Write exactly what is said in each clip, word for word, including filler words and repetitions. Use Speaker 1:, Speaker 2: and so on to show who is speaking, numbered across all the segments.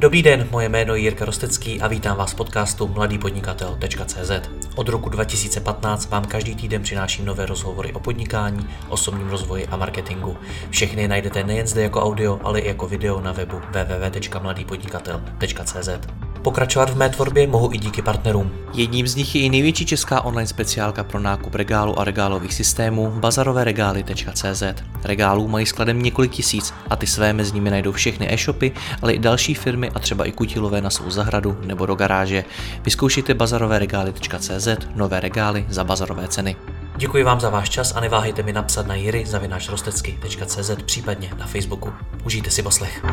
Speaker 1: Dobrý den, moje jméno je Jirka Rostecký a vítám vás v podcastu mladý podnikatel tečka cé zet. Od roku dva tisíce patnáct vám každý týden přináším nové rozhovory o podnikání, osobním rozvoji a marketingu. Všechny najdete nejen zde jako audio, ale i jako video na webu w w w tečka mladý podnikatel tečka cé zet. Pokračovat v mé tvorbě mohu i díky partnerům. Jedním z nich je i největší česká online speciálka pro nákup regálu a regálových systémů bazarové regály tečka cé zet. Regálů mají skladem několik tisíc a ty své mezi nimi najdou všechny e-shopy, ale i další firmy a třeba i kutilové na svou zahradu nebo do garáže. Vyzkoušejte bazarové regály tečka cé zet, nové regály za bazarové ceny. Děkuji vám za váš čas a neváhejte mi napsat na jiry zavináč rostecky tečka cé zet, případně na Facebooku. Užijte si poslech.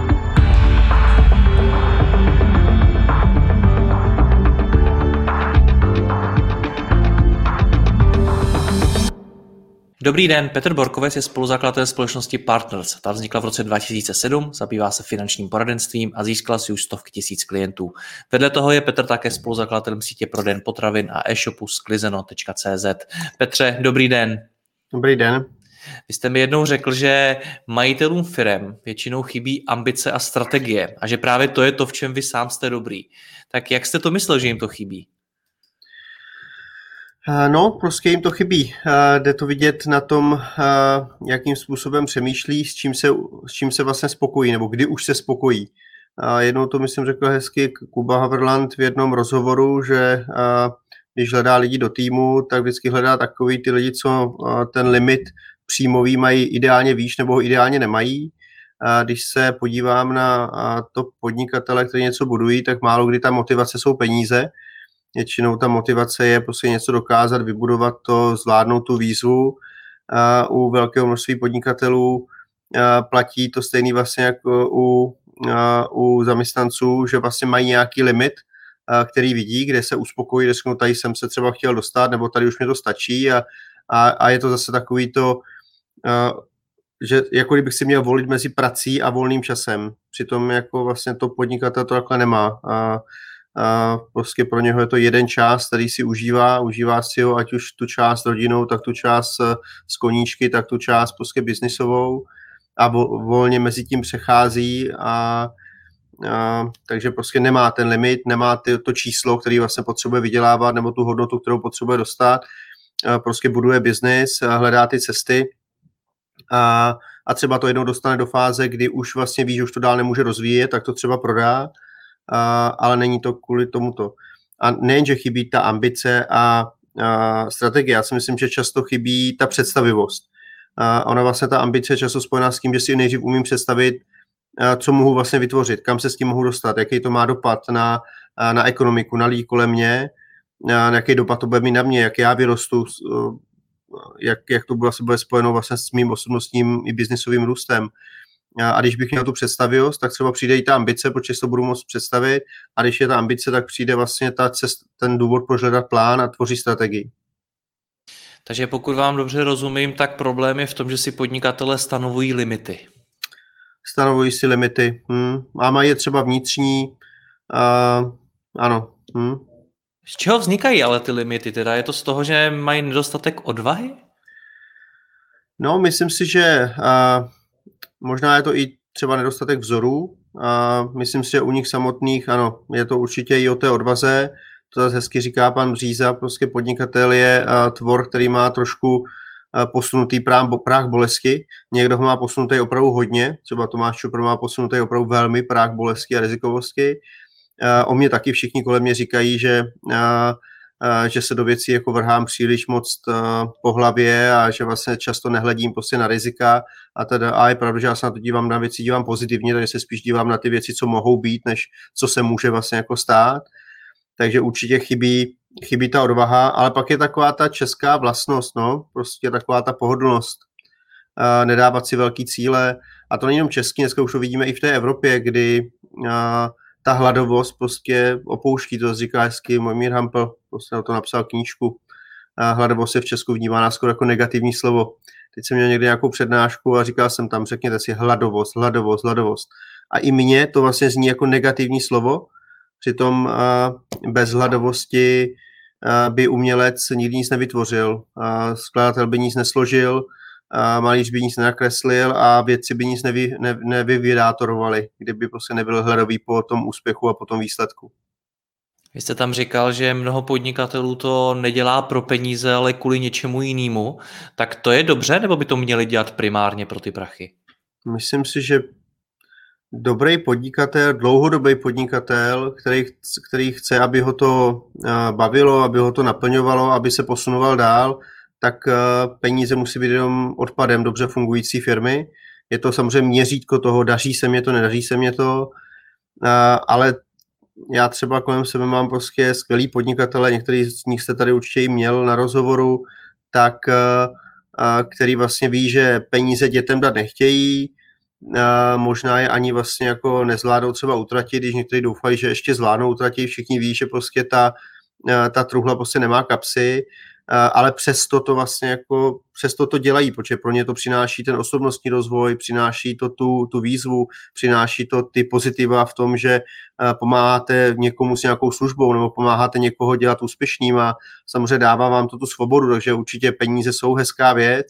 Speaker 1: Dobrý den, Petr Borkovec je spoluzakladatel společnosti Partners. Ta vznikla v roce dva tisíce sedm, zabývá se finančním poradenstvím a získala si už stovky tisíc klientů. Vedle toho je Petr také spoluzakladatelem sítě prodejen potravin a e-shopu sklizeno tečka cé zet. Petře, dobrý den.
Speaker 2: Dobrý den.
Speaker 1: Vy jste mi jednou řekl, že majitelům firem většinou chybí ambice a strategie a že právě to je to, v čem vy sám jste dobrý. Tak jak jste to myslel, že jim to chybí?
Speaker 2: No, prostě jim to chybí. Jde to vidět na tom, jakým způsobem přemýšlí, s čím se, s čím se vlastně spokojí, nebo kdy už se spokojí. Jednou to, myslím, řekl hezky Kuba Haverland v jednom rozhovoru, že když hledá lidi do týmu, tak vždycky hledá takový ty lidi, co ten limit příjmový mají ideálně výš nebo ho ideálně nemají. Když se podívám na top podnikatele, kteří něco budují, tak málo kdy ta motivace jsou peníze. Většinou ta motivace je prostě něco dokázat, vybudovat to, zvládnout tu výzvu. U velkého množství podnikatelů platí to stejný vlastně jako u, u zaměstnanců, že vlastně mají nějaký limit, který vidí, kde se uspokojí, kde řeknou, tady jsem se třeba chtěl dostat, nebo tady už mě to stačí a, a, a je to zase takový to, že jako kdybych si měl volit mezi prací a volným časem. Přitom jako vlastně to podnikatel to takhle nemá. A, a prostě pro něho je to jeden čas, který si užívá, užívá si ho, ať už tu část rodinou, tak tu část z koníčky, tak tu část prostě biznisovou a volně mezi tím přechází a, a takže prostě nemá ten limit, nemá ty, to číslo, který vlastně potřebuje vydělávat nebo tu hodnotu, kterou potřebuje dostat, a prostě buduje biznis, hledá ty cesty a, a třeba to jednou dostane do fáze, kdy už vlastně ví, že už to dál nemůže rozvíjet, tak to třeba prodá. Uh, ale není to kvůli tomuto. A nejen, že chybí ta ambice a uh, strategie, já si myslím, že často chybí ta představivost. Uh, ona vlastně ta ambice je často spojená s tím, že si nejdřív umím představit, uh, co mohu vlastně vytvořit, kam se s tím mohu dostat, jaký to má dopad na, uh, na ekonomiku, na lidi kolem mě, uh, jaký dopad to bude mít na mě, jak já vyrostu, uh, jak, jak to vlastně bude spojeno vlastně s mým osobnostním i biznisovým růstem. A když bych měl tu představivost, tak třeba přijde i ta ambice, protože to budu moct představit. A když je ta ambice, tak přijde vlastně ta cest, ten důvod, proč hledat plán a tvoří strategii.
Speaker 1: Takže pokud vám dobře rozumím, tak problém je v tom, že si podnikatelé stanovují limity.
Speaker 2: Stanovují si limity. Hmm. A mají je třeba vnitřní. Uh, ano. Hmm.
Speaker 1: Z čeho vznikají ale ty limity? Teda je to z toho, že mají nedostatek odvahy?
Speaker 2: No, myslím si, že... Uh, Možná je to i třeba nedostatek vzorů. A myslím si, že u nich samotných, ano, je to určitě i o té odvaze. To zase hezky říká pan Bříza, prostě podnikatel je tvor, který má trošku posunutý práh bolesti. Někdo ho má posunutý opravdu hodně, třeba Tomáš Čupr má posunutý opravdu velmi práh bolesti a rizikovosti. O mě taky všichni kolem mě říkají, že že se do věcí jako vrhám příliš moc po hlavě a že vlastně často nehledím prostě na rizika a teda a je pravda, že já se na to dívám na věci, dívám pozitivně, takže se spíš dívám na ty věci, co mohou být, než co se může vlastně jako stát. Takže určitě chybí, chybí ta odvaha, ale pak je taková ta česká vlastnost, no, prostě taková ta pohodlnost, nedávat si velký cíle a to není jenom český, dneska už to vidíme i v té Evropě, kdy ta hladovost prostě opouští, to říká hezky Mojmír Hampel, prostě na to napsal knížku. Hladovost je v Česku vnímána skoro jako negativní slovo. Teď jsem měl někdy nějakou přednášku a říkal jsem tam, řekněte si hladovost, hladovost, hladovost. A i mně to vlastně zní jako negativní slovo, přitom bez hladovosti by umělec nikdy nic nevytvořil, skladatel by nic nesložil, malíř by nic nenakreslil a vědci by nic nevy, ne, nevyvidátorovali, kdyby prostě nebyl hledový po tom úspěchu a po tom výsledku.
Speaker 1: Vy jste tam říkal, že mnoho podnikatelů to nedělá pro peníze, ale kvůli něčemu jinému. Tak to je dobře, nebo by to měli dělat primárně pro ty prachy?
Speaker 2: Myslím si, že dobrý podnikatel, dlouhodobý podnikatel, který, který chce, aby ho to bavilo, aby ho to naplňovalo, aby se posunoval dál, tak peníze musí být jenom odpadem dobře fungující firmy. Je to samozřejmě měřítko toho, daří se mě to, nedaří se mě to, ale já třeba kolem sebe mám prostě skvělý podnikatele, některý z nich jste tady určitě měl na rozhovoru, tak který vlastně ví, že peníze dětem dát nechtějí, možná je ani vlastně jako nezvládnou třeba utratit, když někteří doufají, že ještě zvládnou utratit, všichni ví, že prostě ta, ta truhla prostě nemá kapsy, ale přesto to vlastně jako, přesto to dělají, protože pro ně to přináší ten osobnostní rozvoj, přináší to tu, tu výzvu, přináší to ty pozitiva v tom, že pomáháte někomu s nějakou službou nebo pomáháte někoho dělat úspěšným a samozřejmě dává vám to tu svobodu, takže určitě peníze jsou hezká věc,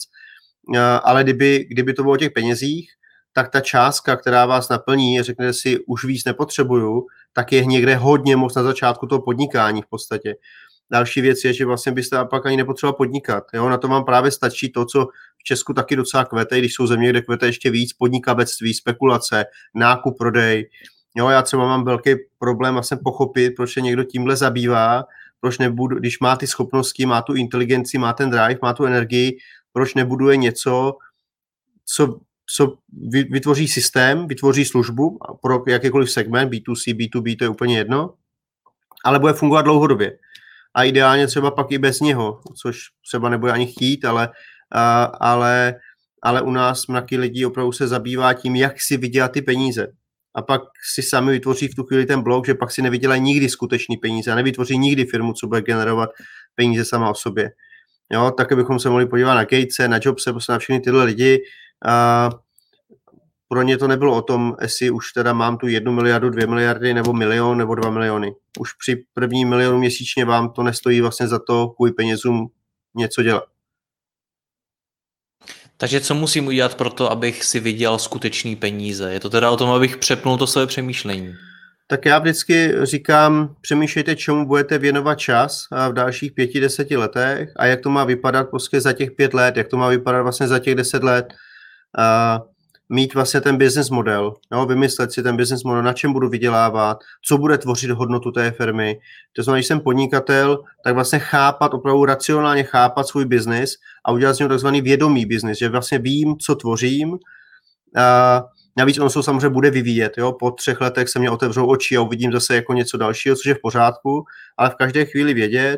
Speaker 2: ale kdyby, kdyby to bylo o těch penězích, tak ta částka, která vás naplní a řeknete si, už víc nepotřebuju, tak je někde hodně moc na začátku toho podnikání v podstatě. Další věc je, že vlastně byste pak ani nepotřeboval podnikat. Jo? Na to vám právě stačí to, co v Česku taky docela kvete, když jsou země, kde kvete ještě víc, podnikavectví, spekulace, nákup, prodej. Jo, já třeba mám velký problém a jsem pochopit, proč se někdo tímhle zabývá, proč nebudu, když má ty schopnosti, má tu inteligenci, má ten drive, má tu energii, proč nebuduje něco, co co vytvoří systém, vytvoří službu pro jakýkoliv segment, B dva C, B dva B, to je úplně jedno, ale bude fungovat dlouhodobě. A ideálně třeba pak i bez něho, což třeba nebude ani chtít, ale, ale, ale u nás mraky lidí opravdu se zabývá tím, jak si vydělat ty peníze. A pak si sami vytvoří v tu chvíli ten blok, že pak si nevydělají nikdy skutečný peníze a nevytvoří nikdy firmu, co bude generovat peníze sama o sobě. Jo, tak bychom se mohli podívat na Gatese, na Jobse, prostě na všechny tyhle lidi. A pro ně to nebylo o tom, jestli už teda mám tu jednu miliardu, dvě miliardy, nebo milion, nebo dva miliony. Už při první milionu měsíčně vám to nestojí vlastně za to kvůli penězům něco dělat.
Speaker 1: Takže co musím udělat pro to, abych si vydělal skutečný peníze? Je to teda o tom, abych přepnul to své přemýšlení?
Speaker 2: Tak já vždycky říkám, přemýšlejte, čemu budete věnovat čas v dalších pěti, deseti letech a jak to má vypadat prostě za těch pět let, jak to má vypadat vlastně za těch deset let. Uh, mít vlastně ten business model, no, vymyslet si ten business model, na čem budu vydělávat, co bude tvořit hodnotu té firmy. To znamená, když jsem podnikatel, tak vlastně chápat, opravdu racionálně chápat svůj business a udělat z něho takzvaný vědomý business, že vlastně vím, co tvořím. A navíc on se samozřejmě bude vyvíjet. Jo? Po třech letech se mě otevřou oči a uvidím zase jako něco dalšího, což je v pořádku, ale v každé chvíli vědět,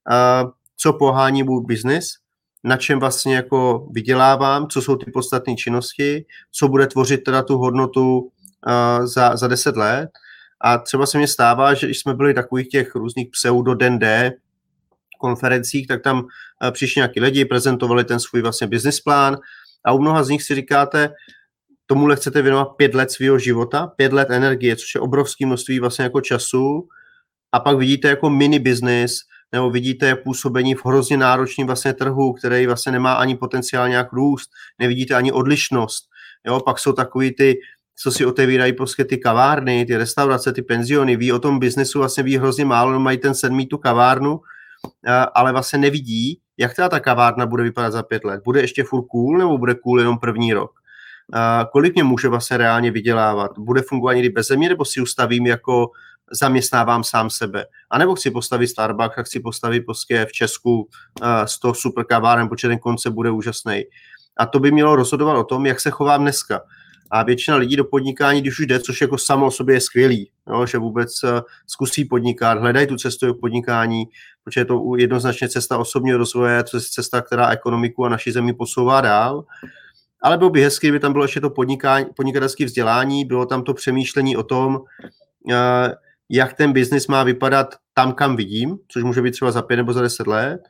Speaker 2: co pohání můj business, na čem vlastně jako vydělávám, co jsou ty podstatné činnosti, co bude tvořit teda tu hodnotu uh, za, za deset let. A třeba se mi stává, že když jsme byli takových těch různých pseudo-D N D konferencích, tak tam uh, přišli nějaký lidi, prezentovali ten svůj vlastně business plán a u mnoha z nich si říkáte, tomuhle chcete věnovat pět let svého života, pět let energie, což je obrovské množství vlastně jako času a pak vidíte jako mini business, nebo vidíte působení v hrozně náročném vlastně trhu, který vlastně nemá ani potenciál nějak růst, nevidíte ani odlišnost. Jo, pak jsou takový ty, co si otevírají prostě ty kavárny, ty restaurace, ty penziony, ví o tom biznesu vlastně ví hrozně málo, mají ten sedmý tu kavárnu, ale vlastně nevidí, jak teda ta kavárna bude vypadat za pět let. Bude ještě furt cool, nebo bude cool jenom první rok? Kolik mě může vlastně reálně vydělávat? Bude fungovat někdy bez země, nebo si ustavím jako zaměstnávám sám sebe. A nebo chci postavit Starbucks a chci postavit prostě v Česku uh, sto super kaváren, protože ten koncept bude úžasný. A to by mělo rozhodovat o tom, jak se chovám dneska. A většina lidí do podnikání, když už jde, což jako samo o sobě je skvělý, jo, že vůbec uh, zkusí podnikat, hledají tu cestu k podnikání, protože je to jednoznačně cesta osobního rozvoje, to je cesta, která ekonomiku a naši zemi posouvá dál. Ale bylo by hezky, kdyby tam bylo ještě to podnikatelské vzdělání, bylo tam to přemýšlení o tom, uh, jak ten biznis má vypadat tam, kam vidím, což může být třeba za pět nebo za deset let.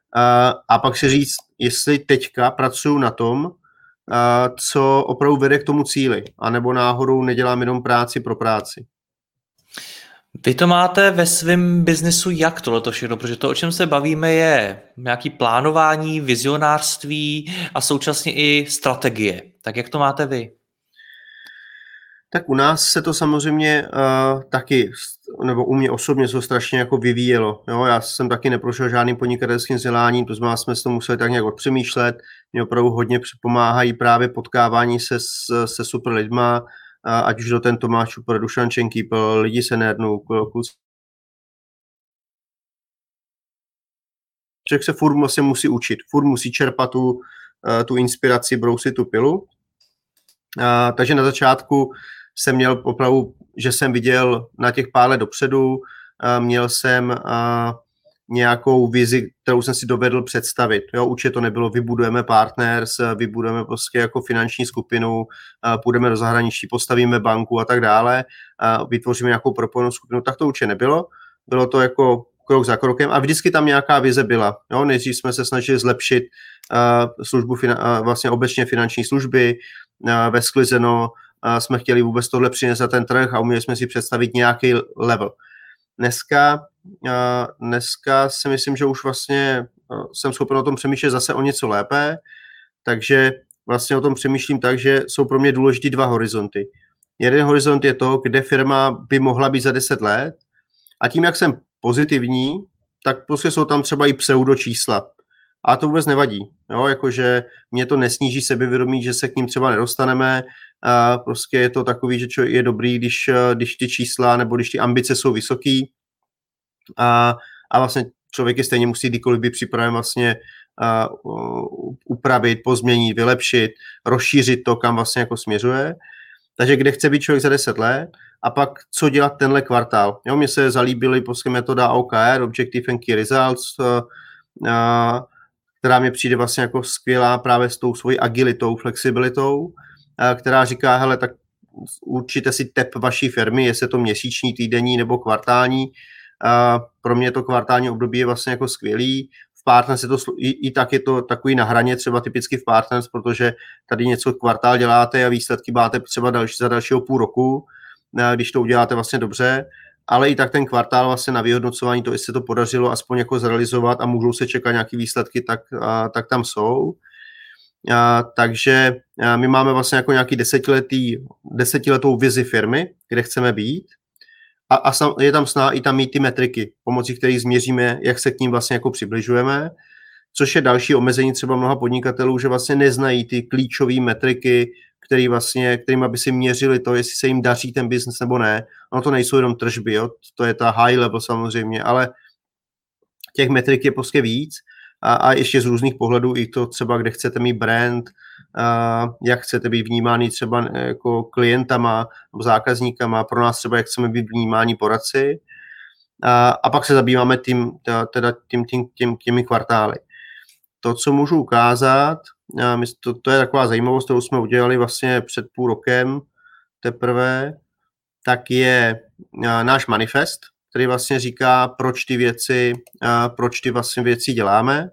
Speaker 2: A pak si říct, jestli teďka pracuju na tom, co opravdu vede k tomu cíli, anebo náhodou nedělám jenom práci pro práci.
Speaker 1: Vy to máte ve svém biznesu jak tohleto všechno? Protože to, o čem se bavíme, je nějaké plánování, vizionářství a současně i strategie. Tak jak to máte vy?
Speaker 2: Tak u nás se to samozřejmě uh, taky, nebo u mě osobně se to strašně jako vyvíjelo. Jo? Já jsem taky neprošel žádným podnikatelským vzděláním, to znamená, jsme se to museli tak nějak odpřemýšlet. Mě opravdu hodně pomáhají právě potkávání se, se super lidma, uh, ať už do ten Tomáš Čupr, Dušan Čenkýpl, lidi se nerdnou, kluci. Člověk se furt vlastně musí učit, furt musí čerpat tu, uh, tu inspiraci, brousit tu pilu. Uh, takže na začátku jsem měl opravdu, že jsem viděl na těch pár let dopředu, měl jsem nějakou vizi, kterou jsem si dovedl představit. Jo, určitě to nebylo, vybudujeme partners, vybudujeme prostě jako finanční skupinu, půjdeme do zahraničí, postavíme banku a tak dále, vytvoříme nějakou propojenou skupinu, tak to určitě nebylo. Bylo to jako krok za krokem a vždycky tam nějaká vize byla. Jo, nejdřív jsme se snažili zlepšit službu, vlastně obecně finanční služby, ve Sklizeno jsme chtěli vůbec tohle přinést na ten trh a uměli jsme si představit nějaký level. Dneska, dneska si myslím, že už vlastně jsem schopen o tom přemýšlet zase o něco lépe, takže vlastně o tom přemýšlím tak, že jsou pro mě důležitý dva horizonty. Jeden horizont je to, kde firma by mohla být za deset let a tím, jak jsem pozitivní, tak prostě jsou tam třeba i pseudočísla. A to vůbec nevadí, jo, jakože mě to nesníží sebevědomí, že se k ním třeba nedostaneme, a prostě je to takový, že je dobrý, když, když ty čísla nebo když ty ambice jsou vysoký a, a vlastně člověk je stejně musí kdykoliv být připraven vlastně a, upravit, pozměnit, vylepšit, rozšířit to, kam vlastně jako směřuje. Takže kde chce být člověk za deset let a pak co dělat tenhle kvartál. Jo, mně se zalíbily prostě metoda O K R, Objective and Key Results, a, a, která mě přijde vlastně jako skvělá právě s tou svojí agilitou, flexibilitou, která říká, hele, tak určitě si tep vaší firmy, jestli je to měsíční, týdenní nebo kvartální. Pro mě to kvartální období je vlastně jako skvělý. V Partners je to, i, i tak je to takový na hraně, třeba typicky v Partners, protože tady něco kvartál děláte a výsledky máte třeba další, za dalšího půl roku, když to uděláte vlastně dobře. Ale i tak ten kvartál vlastně na vyhodnocování, to, jestli se to podařilo aspoň jako zrealizovat a můžou se čekat nějaké výsledky, tak, a, tak tam jsou. A, takže a my máme vlastně jako nějaký desetiletý, desetiletou vizi firmy, kde chceme být a, a sam, je tam snaha i tam mít ty metriky, pomocí kterých změříme, jak se k ním vlastně jako přibližujeme, což je další omezení třeba mnoha podnikatelů, že vlastně neznají ty klíčové metriky, který vlastně, kterým aby si měřili to, jestli se jim daří ten biznes nebo ne. Ono to nejsou jenom tržby, jo? To je ta high level samozřejmě, ale těch metrik je prostě víc a, a ještě z různých pohledů i to třeba, kde chcete mít brand, a jak chcete být vnímáni třeba jako klientama nebo zákazníkama, pro nás třeba jak chceme být vnímáni poradci a, a pak se zabýváme tím, teda tím, tím, tím, těmi kvartály. To, co můžu ukázat, to, to je taková zajímavost, kterou jsme udělali vlastně před půl rokem teprve, tak je náš manifest, který vlastně říká, proč ty věci, proč ty vlastně věci děláme.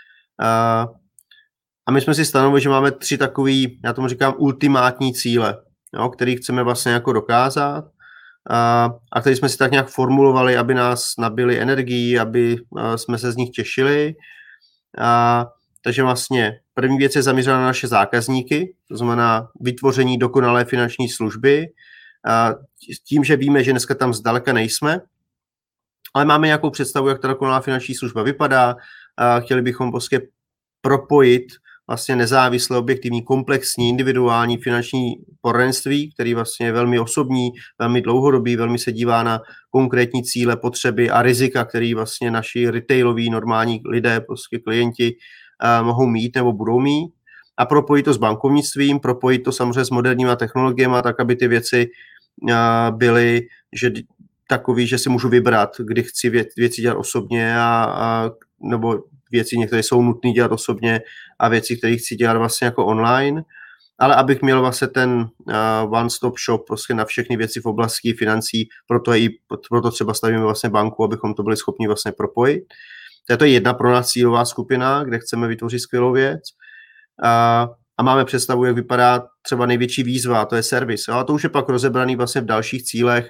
Speaker 2: A my jsme si stanovili, že máme tři takový, já tomu říkám, ultimátní cíle, jo, který chceme vlastně jako dokázat a, a který jsme si tak nějak formulovali, aby nás nabili energií, aby jsme se z nich těšili. A, takže vlastně první věc je zaměřena na naše zákazníky, to znamená vytvoření dokonalé finanční služby. A tím, že víme, že dneska tam zdaleka nejsme, ale máme nějakou představu, jak ta dokonalá finanční služba vypadá. A chtěli bychom prostě propojit vlastně nezávislé, objektivní, komplexní, individuální finanční poradenství, který vlastně je velmi osobní, velmi dlouhodobý, velmi se dívá na konkrétní cíle, potřeby a rizika, který vlastně naši retailoví normální lidé, prostě klienti uh, mohou mít nebo budou mít. A propojit to s bankovnictvím, propojit to samozřejmě s moderníma technologiemi, tak aby ty věci uh, byly že takový, že si můžu vybrat, kdy chci vě- věci dělat osobně a, a nebo věci některé jsou nutné dělat osobně a věci, které chci dělat vlastně jako online, ale abych měl vlastně ten uh, one-stop shop prostě na všechny věci v oblasti financí, proto, i, proto třeba stavíme vlastně banku, abychom to byli schopni vlastně propojit. To je jedna pro nás cílová skupina, kde chceme vytvořit skvělou věc uh, a máme představu, jak vypadá třeba největší výzva, to je servis. A to už je pak rozebraný vlastně v dalších cílech,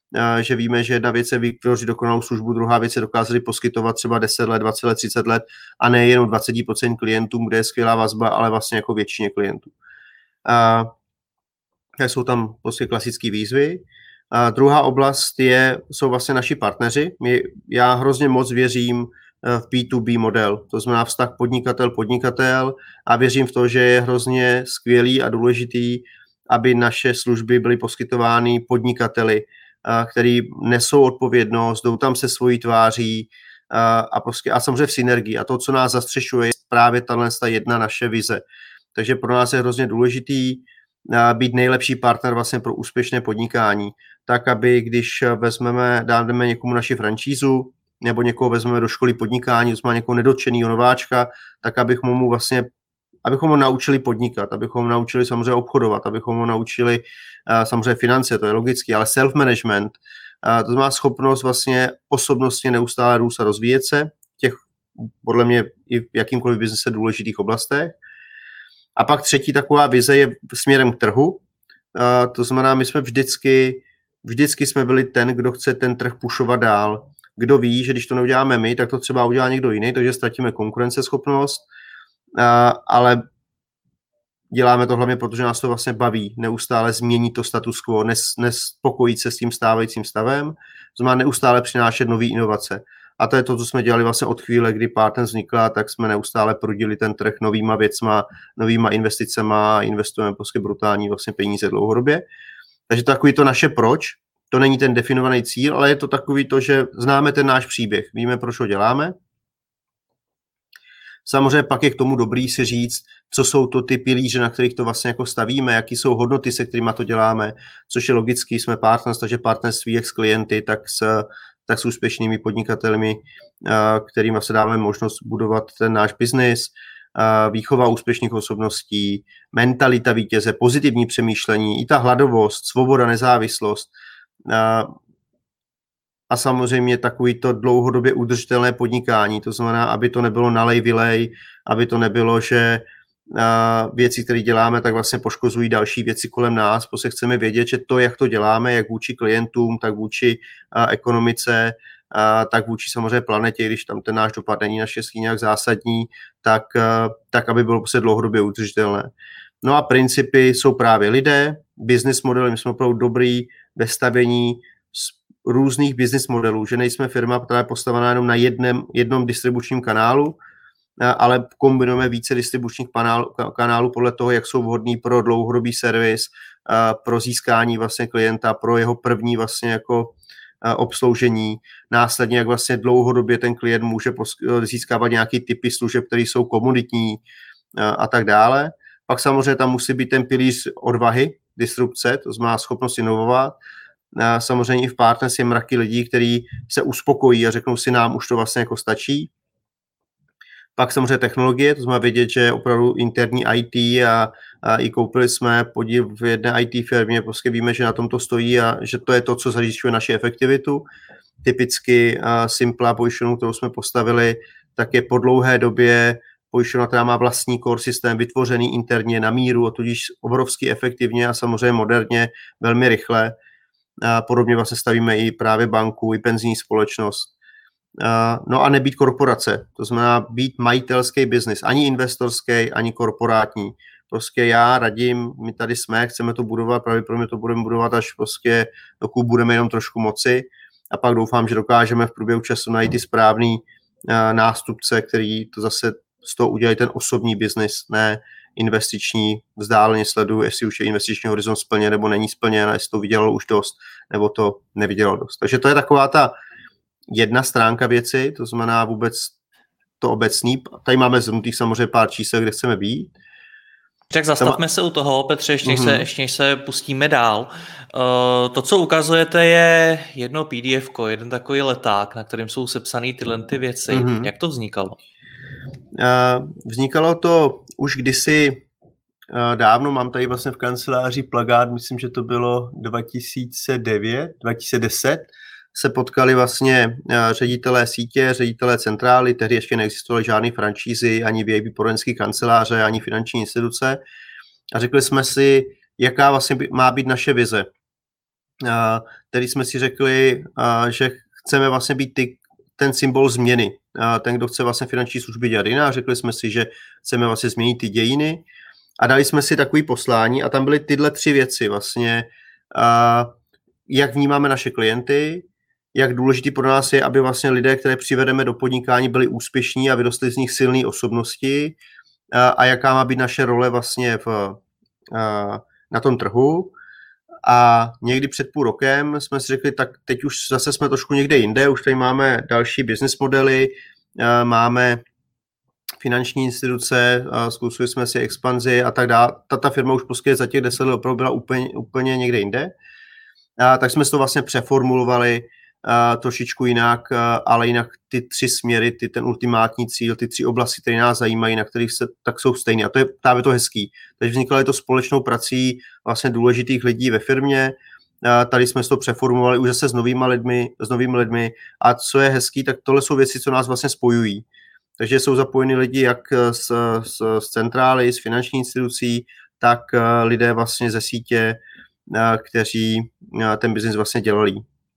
Speaker 2: že víme, že jedna věc je vytvořit dokonalou službu, druhá věc je dokázat poskytovat třeba deset let, dvacet let, třicet let a ne jenom dvacet procent klientům, kde je skvělá vazba, ale vlastně jako většině klientů. A jsou tam prostě klasické výzvy. A druhá oblast je, jsou vlastně naši partneři. My, já hrozně moc věřím v bé dvě bé model, to znamená vztah podnikatel-podnikatel a věřím v to, že je hrozně skvělý a důležitý, aby naše služby byly poskytovány podnikateli, který nesou odpovědnost, jdou tam se svojí tváří a, prostě, a samozřejmě v synergii. A to, co nás zastřešuje, je právě tato jedna naše vize. Takže pro nás je hrozně důležitý být nejlepší partner vlastně pro úspěšné podnikání. Tak, aby když vezmeme, dáme někomu naši franšízu, nebo někoho vezmeme do školy podnikání, to znamená někoho nedotčenýho nováčka, tak abychom mu vlastně, abychom ho naučili podnikat, abychom ho naučili samozřejmě obchodovat, abychom ho naučili uh, samozřejmě finance, to je logické, ale self-management, uh, to znamená schopnost vlastně osobnostně neustále růst a rozvíjet se v těch, podle mě, i v jakýmkoliv biznese důležitých oblastech. A pak třetí taková vize je směrem k trhu, uh, to znamená, my jsme vždycky, vždycky jsme byli ten, kdo chce ten trh pušovat dál. Kdo ví, že když to neuděláme my, tak to třeba udělá někdo jiný, takže ztratíme konkurenceschopnost, ale děláme to hlavně, protože nás to vlastně baví, neustále změnit to status quo, nespokojit se s tím stávajícím stavem, to znamená neustále přinášet nové inovace. A to je to, co jsme dělali vlastně od chvíle, kdy Partner vznikla, tak jsme neustále prudili ten trh novýma věcma, novýma investicema, investujeme prostě brutální vlastně peníze dlouhodobě. Takže takový to naše proč. To není ten definovaný cíl, ale je to takový to, že známe ten náš příběh, víme, proč ho děláme. Samozřejmě pak je k tomu dobrý si říct, co jsou to ty pilíře, na kterých to vlastně jako stavíme, jaký jsou hodnoty, se kterými to děláme, což je logický, jsme partners, takže partnerství jak s klienty, tak s, tak s úspěšnými podnikateli, kterým se dáme možnost budovat ten náš biznis, výchova úspěšných osobností, mentalita vítěze, pozitivní přemýšlení, i ta hladovost, svoboda, nezávislost, A, a samozřejmě takový to dlouhodobě udržitelné podnikání, to znamená, aby to nebylo nalej, vylej, aby to nebylo, že a, věci, které děláme, tak vlastně poškozují další věci kolem nás, protože chceme vědět, že to, jak to děláme, jak vůči klientům, tak vůči a, ekonomice, a, tak vůči samozřejmě planetě, když tam ten náš dopad není naštěstí nějak zásadní, tak, a, tak aby bylo prostě dlouhodobě udržitelné. No a principy jsou právě lidé, business modely, my jsme opravdu dobrý ve stavění různých business modelů, že nejsme firma, která je postavená jenom na jednom, jednom distribučním kanálu, ale kombinujeme více distribučních kanálů, kanálů podle toho, jak jsou vhodný pro dlouhodobý servis, pro získání vlastně klienta, pro jeho první vlastně jako obsloužení, následně jak vlastně dlouhodobě ten klient může získávat nějaký typy služeb, které jsou komoditní a tak dále. Pak samozřejmě tam musí být ten pilíř odvahy, disrupce, to znamená schopnost inovovat. Samozřejmě i v partnerství je mraky lidí, kteří se uspokojí a řeknou si, nám už to vlastně jako stačí. Pak samozřejmě technologie, to znamená vědět, že opravdu interní í té a, a i koupili jsme podíl v jedné í té firmě, prostě víme, že na tom to stojí a že to je to, co zajišťuje naši efektivitu. Typicky uh, Simpla pojišťovnu, kterou jsme postavili, tak je po dlouhé době pojišťovna, která má vlastní core systém vytvořený interně na míru, a tudíž obrovsky efektivně a samozřejmě moderně, velmi rychle. A podobně vlastně stavíme i právě banku, i penzijní společnost. A no a nebýt korporace, to znamená být majitelský biznis, ani investorský, ani korporátní. Prostě já radím, my tady jsme, chceme to budovat, právě pro mě to budeme budovat až prostě, dokud budeme jenom trošku moci a pak doufám, že dokážeme v průběhu času najít ty správný uh, nástupce, který to zase z toho udělají ten osobní biznis, ne investiční, vzdáleně sleduju, jestli už je investiční horizont splněn nebo není splněn, jestli to vydělalo už dost, nebo to nevydělalo dost. Takže to je taková ta jedna stránka věci, to znamená vůbec to obecný. Tady máme zhrnutých samozřejmě pár čísel, kde chceme být.
Speaker 1: Tak zastavme Tam... se u toho, Petře, ještě než, mm-hmm. se, ještě než se pustíme dál. Uh, to, co ukazujete, je jedno pé dé efko, jeden takový leták, na kterém jsou sepsané tyhle ty věci. Mm-hmm. Jak to vznikalo?
Speaker 2: Uh, vznikalo to už kdysi uh, dávno, mám tady vlastně v kanceláři plakát, myslím, že to bylo dva tisíce devět, dva tisíce deset, se potkali vlastně uh, ředitelé sítě, ředitelé centrály, tehdy ještě neexistovaly žádné franšízy, ani V I P poradenské kanceláře, ani finanční instituce a řekli jsme si, jaká vlastně má být naše vize. který jsme si řekli, že chceme vlastně být ty, ten symbol změny. Ten, kdo chce vlastně finanční služby dělat jinak, řekli jsme si, že chceme vlastně změnit ty dějiny a dali jsme si takový poslání a tam byly tyhle tři věci vlastně, jak vnímáme naše klienty, jak důležitý pro nás je, aby vlastně lidé, které přivedeme do podnikání, byli úspěšní a vyrostly z nich silné osobnosti a, a jaká má být naše role vlastně v, a, na tom trhu. A někdy před půl rokem jsme si řekli, tak teď už zase jsme trošku někde jinde, už tady máme další business modely, a, máme finanční instituce, zkusili jsme si expanzi a tak dále. Ta firma už prostě za těch deset let opravdu byla úplně, úplně někde jinde. A, tak jsme si to vlastně přeformulovali Uh, trošičku jinak, uh, ale jinak ty tři směry, ty, ten ultimátní cíl, ty tři oblasti, které nás zajímají, na kterých se, tak jsou stejné. A to je právě to hezký. Takže vzniklo to společnou prací vlastně důležitých lidí ve firmě. Uh, tady jsme to přeformulovali už zase s novými lidmi, s novými lidmi. A co je hezký, tak tohle jsou věci, co nás vlastně spojují. Takže jsou zapojeni lidi jak z, z, z centrály, z finanční institucí, tak uh, lidé vlastně ze sítě, uh, kteří uh, ten biznis vlastně dělali.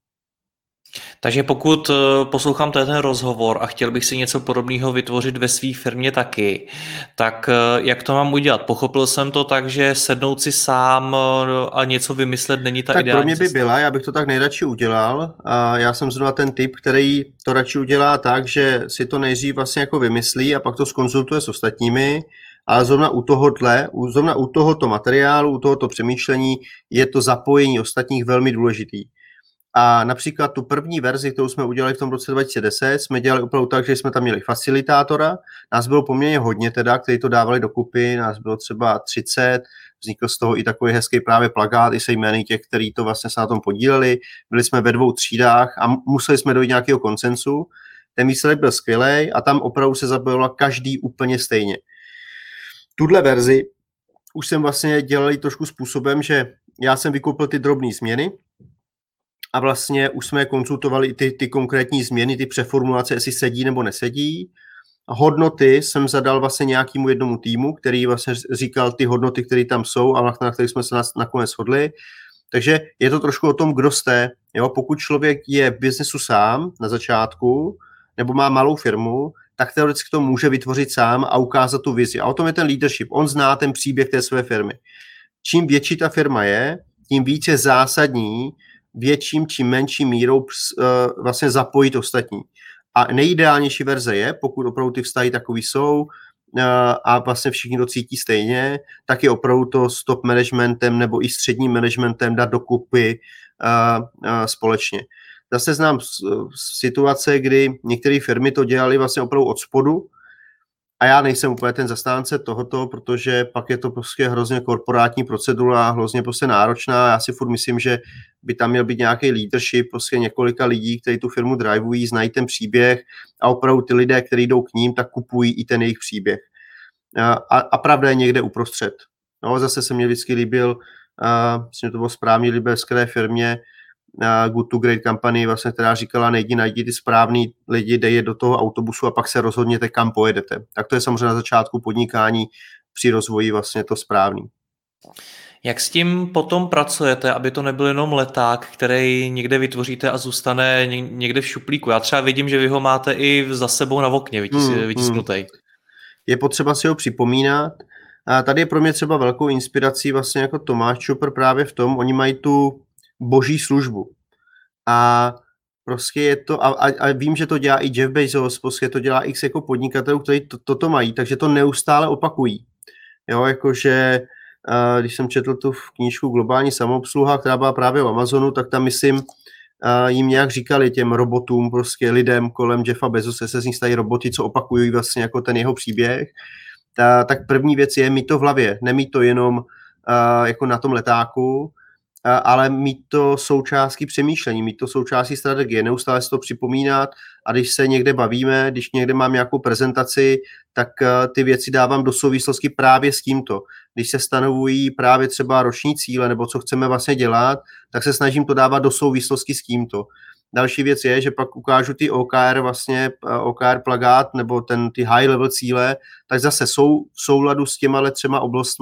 Speaker 1: Takže pokud poslouchám ten rozhovor a chtěl bych si něco podobného vytvořit ve své firmě taky, tak jak to mám udělat? Pochopil jsem to tak, že sednout si sám a něco vymyslet není ta
Speaker 2: tak
Speaker 1: ideální
Speaker 2: pro mě by
Speaker 1: cesta.
Speaker 2: byla, já bych to tak nejradši udělal. A já jsem zrovna ten typ, který to radši udělá tak, že si to nejdřív vlastně jako vymyslí a pak to zkonzultuje s ostatními, ale zrovna u tohohle, zrovna u tohoto materiálu, u tohoto přemýšlení je to zapojení ostatních velmi důležitý. A například tu první verzi, kterou jsme udělali v tom roce dva tisíce deset, jsme dělali opravdu tak, že jsme tam měli facilitátora, nás bylo poměrně hodně teda, kteří to dávali dokupy, nás bylo třeba třicet, vznikl z toho i takový hezký právě plakát, i se jmény těch, kteří to vlastně se na tom podíleli, byli jsme ve dvou třídách a museli jsme dojít nějakého konsensu, ten výsledek byl skvělý a tam opravdu se zapojoval každý úplně stejně. Tuhle verzi už jsem vlastně dělali trošku způsobem, že já jsem vykoupil ty drobné změny, a vlastně už jsme konzultovali ty, ty konkrétní změny, ty přeformulace, jestli sedí nebo nesedí. Hodnoty jsem zadal vlastně nějakému jednomu týmu, který vlastně říkal ty hodnoty, které tam jsou a na kterých jsme se nakonec shodli. Takže je to trošku o tom, kdo jste. Jo? Pokud člověk je v biznesu sám na začátku nebo má malou firmu, tak teoreticky to může vytvořit sám a ukázat tu vizi. A o tom je ten leadership. On zná ten příběh té své firmy. Čím větší ta firma je, tím více zásadní větším či menší mírou uh, vlastně zapojit ostatní. A nejideálnější verze je, pokud opravdu ty vztahy takový jsou uh, a vlastně všichni to cítí stejně, tak je opravdu to s top managementem nebo i středním managementem dát dokupy uh, uh, společně. Zase znám situace, kdy některé firmy to dělaly vlastně opravdu od spodu, a já nejsem úplně ten zastánce tohoto, protože pak je to prostě hrozně korporátní procedura, hrozně prostě náročná. Já si furt myslím, že by tam měl být nějaký leadership, prostě několika lidí, kteří tu firmu driveují, znají ten příběh a opravdu ty lidé, kteří jdou k ním, tak kupují i ten jejich příběh. A, a pravda je někde uprostřed. No, zase se mně vždycky líbil, uh, myslím, to bylo správně líbil skvělé firmě, uh, Good to Great Company, vlastně, která říkala, nejdi, najdi ty správný lidi, dej je do toho autobusu a pak se rozhodněte, kam pojedete. Tak to je samozřejmě na začátku podnikání při rozvoji vlastně to správný.
Speaker 1: Jak s tím potom pracujete, aby to nebyl jenom leták, který někde vytvoříte a zůstane někde v šuplíku? Já třeba vidím, že vy ho máte i za sebou na okně vytisknutý. Hmm, hmm.
Speaker 2: Je potřeba si ho připomínat. A tady je pro mě třeba velkou inspirací vlastně jako Tomáš Čupr právě v tom, oni mají tu boží službu. A prostě je to, a, a vím, že to dělá i Jeff Bezos, prostě to dělá x jako podnikatelů, kteří to, toto mají, takže to neustále opakují. Jo, jakože když jsem četl tu knížku Globální samoobsluha, která byla právě v Amazonu, tak tam myslím, jim nějak říkali těm robotům, prostě lidem kolem Jeffa Bezose se z nich stají roboty, co opakují vlastně jako ten jeho příběh. Ta, tak první věc je mít to v hlavě, nemít to jenom uh, jako na tom letáku, uh, ale mít to součástí přemýšlení, mít to součástí strategie, neustále si to připomínat a když se někde bavíme, když někde mám nějakou prezentaci, tak uh, ty věci dávám do souvislosti právě s tímto. Když se stanovují právě třeba roční cíle nebo co chceme vlastně dělat, tak se snažím to dávat do souvislosti s tímto. Další věc je, že pak ukážu ty O K R, vlastně O K R plagát nebo ten, ty high level cíle, tak zase jsou v souladu s těma třema oblastma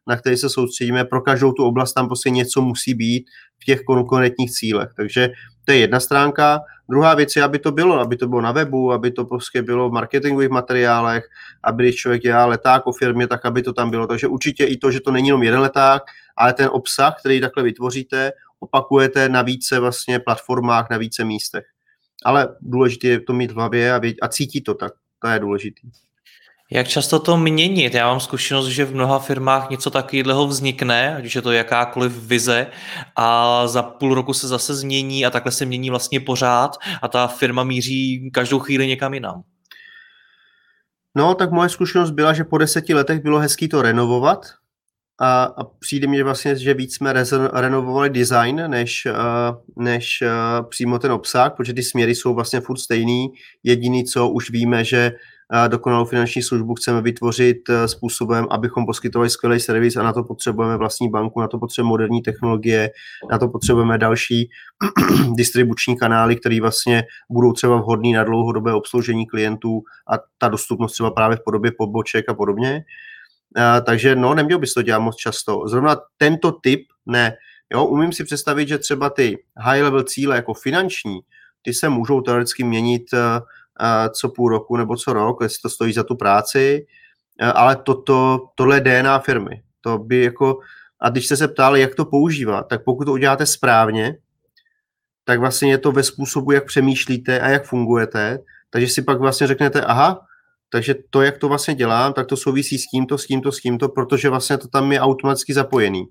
Speaker 2: na který se soustředíme. Pro každou tu oblast tam prostě něco musí být v těch konkrétních cílech. Takže to je jedna stránka. Druhá věc je, aby to bylo, aby to bylo na webu, aby to prostě bylo v marketingových materiálech, aby když člověk dělá leták o firmě, tak aby to tam bylo. Takže určitě i to, že to není jenom jeden leták, ale ten obsah, který takhle vytvoříte, opakujete na více vlastně platformách, na více místech. Ale důležité je to mít v hlavě a, vědět, a cítit to tak. To je důležitý.
Speaker 1: Jak často to měnit? Já mám zkušenost, že v mnoha firmách něco takového vznikne, ať už je to jakákoliv vize a za půl roku se zase změní a takhle se mění vlastně pořád a ta firma míří každou chvíli někam jinam.
Speaker 2: No, tak moje zkušenost byla, že po deseti letech bylo hezký to renovovat a, a přijde mi vlastně, že víc jsme re- renovovali design, než, uh, než uh, přímo ten obsah, protože ty směry jsou vlastně furt stejný. Jediný, co už víme, že dokonalou finanční službu chceme vytvořit způsobem, abychom poskytovali skvělý servis a na to potřebujeme vlastní banku, na to potřebujeme moderní technologie, na to potřebujeme další distribuční kanály, které vlastně budou třeba vhodný na dlouhodobé obsloužení klientů a ta dostupnost třeba právě v podobě poboček a podobně. A, takže no, neměl bys to dělat moc často. Zrovna tento typ ne. Jo, umím si představit, že třeba ty high level cíle jako finanční, ty se můžou teoreticky měnit co půl roku nebo co rok, jestli to stojí za tu práci, ale toto, tohle je D N A firmy. To by jako, a když jste se ptali, jak to používat, tak pokud to uděláte správně, tak vlastně je to ve způsobu, jak přemýšlíte a jak fungujete, takže si pak vlastně řeknete, aha, takže to, jak to vlastně dělám, tak to souvisí s tímto, s tímto, s tímto, protože vlastně to tam je automaticky zapojený.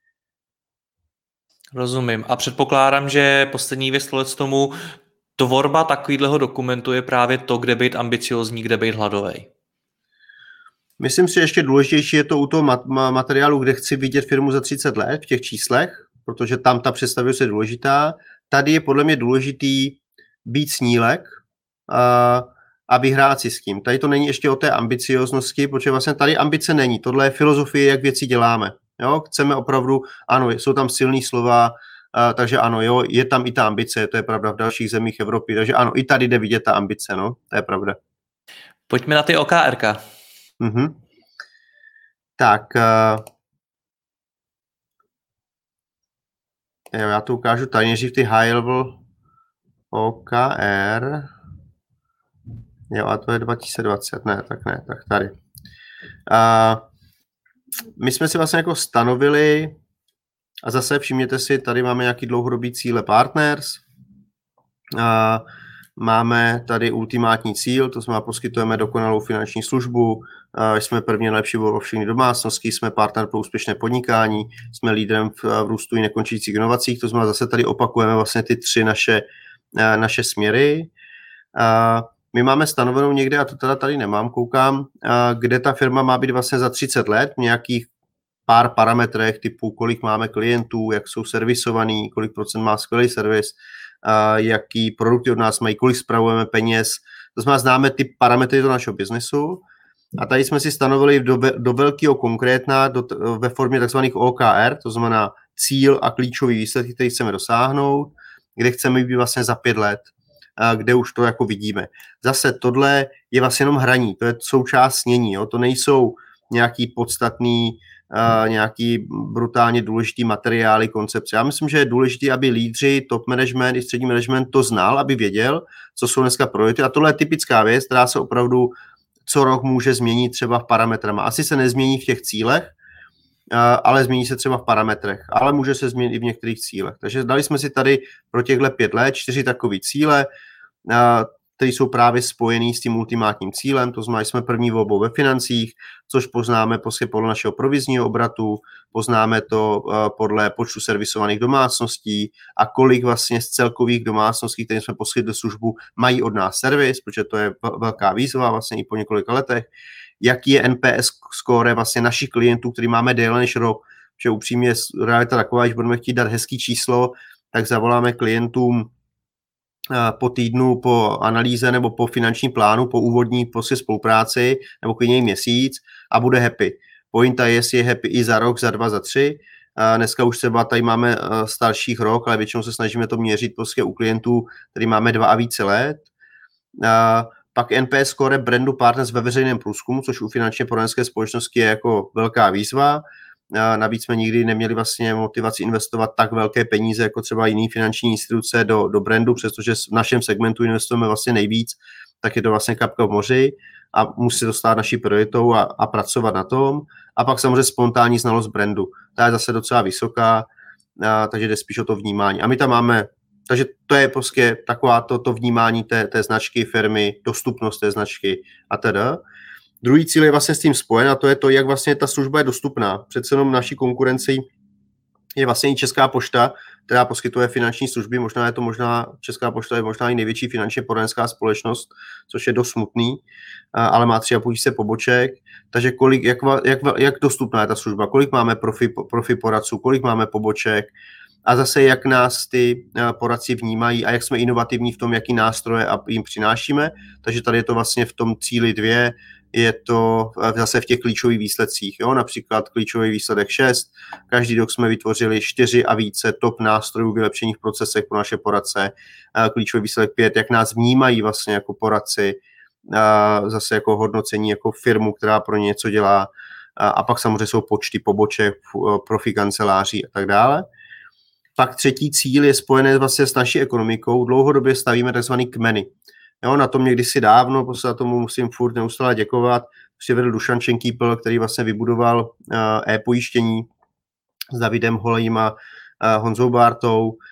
Speaker 1: Rozumím. A předpokládám, že poslední věc tomu tvorba takovýhleho dokumentu je právě to, kde být ambiciozní, kde být hladovej.
Speaker 2: Myslím si, že ještě důležitější je to u toho mat- materiálu, kde chci vidět firmu za třicet let v těch číslech, protože tam ta představivost je důležitá. Tady je podle mě důležitý být snílek a, a vyhrát si s tím. Tady to není ještě o té ambicioznosti, protože vlastně tady ambice není. Tohle je filozofie, jak věci děláme. Jo? Chceme opravdu, ano, jsou tam silný slova, Uh, takže ano, jo, je tam i ta ambice, to je pravda v dalších zemích Evropy, takže ano, i tady jde vidět ta ambice, no, to je pravda.
Speaker 1: Pojďme na ty O K R ka.
Speaker 2: Uh-huh. Tak, uh, jo, já to ukážu tady, nejdřív ty high level O K R, jo, a to je dva tisíce dvacet, ne, tak ne, tak tady. Uh, my jsme si vlastně jako stanovili. A zase všimněte si, tady máme nějaký dlouhodobý cíle partners, a máme tady ultimátní cíl, to znamená poskytujeme dokonalou finanční službu, a jsme první nejlepší v všechny domácnosti, jsme partner pro úspěšné podnikání, jsme lídrem v, v růstu i nekončících inovacích, to znamená zase tady opakujeme vlastně ty tři naše, naše směry. A my máme stanovenou někde, a to teda tady nemám, koukám, kde ta firma má být vlastně za třicet let, nějakých pár parametrech typu, kolik máme klientů, jak jsou servisovaný, kolik procent má skvělý servis, uh, jaký produkty od nás mají, kolik spravujeme peněz. To znamená, známe ty parametry do našeho biznesu a tady jsme si stanovili do, do velkého konkrétna do, ve formě tzv. O K R, to znamená cíl a klíčový výsledky, který chceme dosáhnout, kde chceme být vlastně za pět let, uh, kde už to jako vidíme. Zase tohle je vlastně jenom hraní, to je součást snění, jo? To nejsou nějaký podstatný Uh, nějaký brutálně důležitý materiály, koncepce. Já myslím, že je důležité, aby lídři, top management i střední management to znal, aby věděl, co jsou dneska priority. A tohle je typická věc, která se opravdu co rok může změnit třeba v parametrama. Asi se nezmění v těch cílech, uh, ale změní se třeba v parametrech, ale může se změnit i v některých cílech. Takže dali jsme si tady pro těchto pět let čtyři takové cíle, uh, které jsou právě spojený s tím ultimátním cílem, to znamená, že jsme první volbou ve financích, což poznáme podle našeho provizního obratu, poznáme to podle počtu servisovaných domácností a kolik vlastně z celkových domácností, kterým jsme poskytli službu, mají od nás servis, protože to je velká výzva vlastně i po několika letech. Jaký je N P S score vlastně našich klientů, který máme déle než rok, protože upřímně realita taková, když budeme chtít dát hezký číslo, tak zavoláme klientům po týdnu, po analýze nebo po finanční plánu, po úvodní prostě spolupráci nebo klidně měsíc a bude happy. Pointa je, jestli je happy i za rok, za dva, za tři. Dneska už třeba tady máme starších rok, ale většinou se snažíme to měřit prostě u klientů, který máme dva a více let. Pak N P S score brandu partners ve veřejném průzkumu, což u finančně poradenské společnosti je jako velká výzva. Navíc jsme nikdy neměli vlastně motivaci investovat tak velké peníze, jako třeba jiný finanční instituce do, do brandu, přestože v našem segmentu investujeme vlastně nejvíc, tak je to vlastně kapka v moři a musí to stát naší prioritou a, a pracovat na tom. A pak samozřejmě spontánní znalost brandu. Ta je zase docela vysoká, a, takže jde spíš o to vnímání. A my tam máme, takže to je prostě taková to, to vnímání té, té značky firmy, dostupnost té značky a teda. Druhý cíl je vlastně s tím spojen a to je to, jak vlastně ta služba je dostupná. Přece jenom naší konkurenci je vlastně i Česká pošta, která poskytuje finanční služby, možná je to možná, Česká pošta je možná i největší finančně poradenská společnost, což je dost smutný, ale má tři a půl tisíce poboček, takže kolik, jak, jak, jak dostupná je ta služba, kolik máme profi, profi poradců, kolik máme poboček a zase jak nás ty poradci vnímají a jak jsme inovativní v tom, jaký nástroje jim přinášíme, takže tady je to vlastně v tom cíli dvě, je to zase v těch klíčových výsledcích. Jo? Například klíčový výsledek šest. Každý rok jsme vytvořili čtyři a více top nástrojů vylepšení v procesech pro naše poradce. Klíčový výsledek pět, jak nás vnímají vlastně jako poradci, zase jako hodnocení, jako firmu, která pro ně něco dělá. A pak samozřejmě jsou počty poboček, profi kanceláří a tak dále. Pak třetí cíl je spojený vlastně s naší ekonomikou. Dlouhodobě stavíme tzv. Kmeny. Jo, na tom někdy si dávno, prostě za tomu musím furt neustále děkovat, přivedl Dušan Šenkýpl, který vlastně vybudoval uh, e-pojištění s Davidem Holejím a uh, Honzou Bártou uh,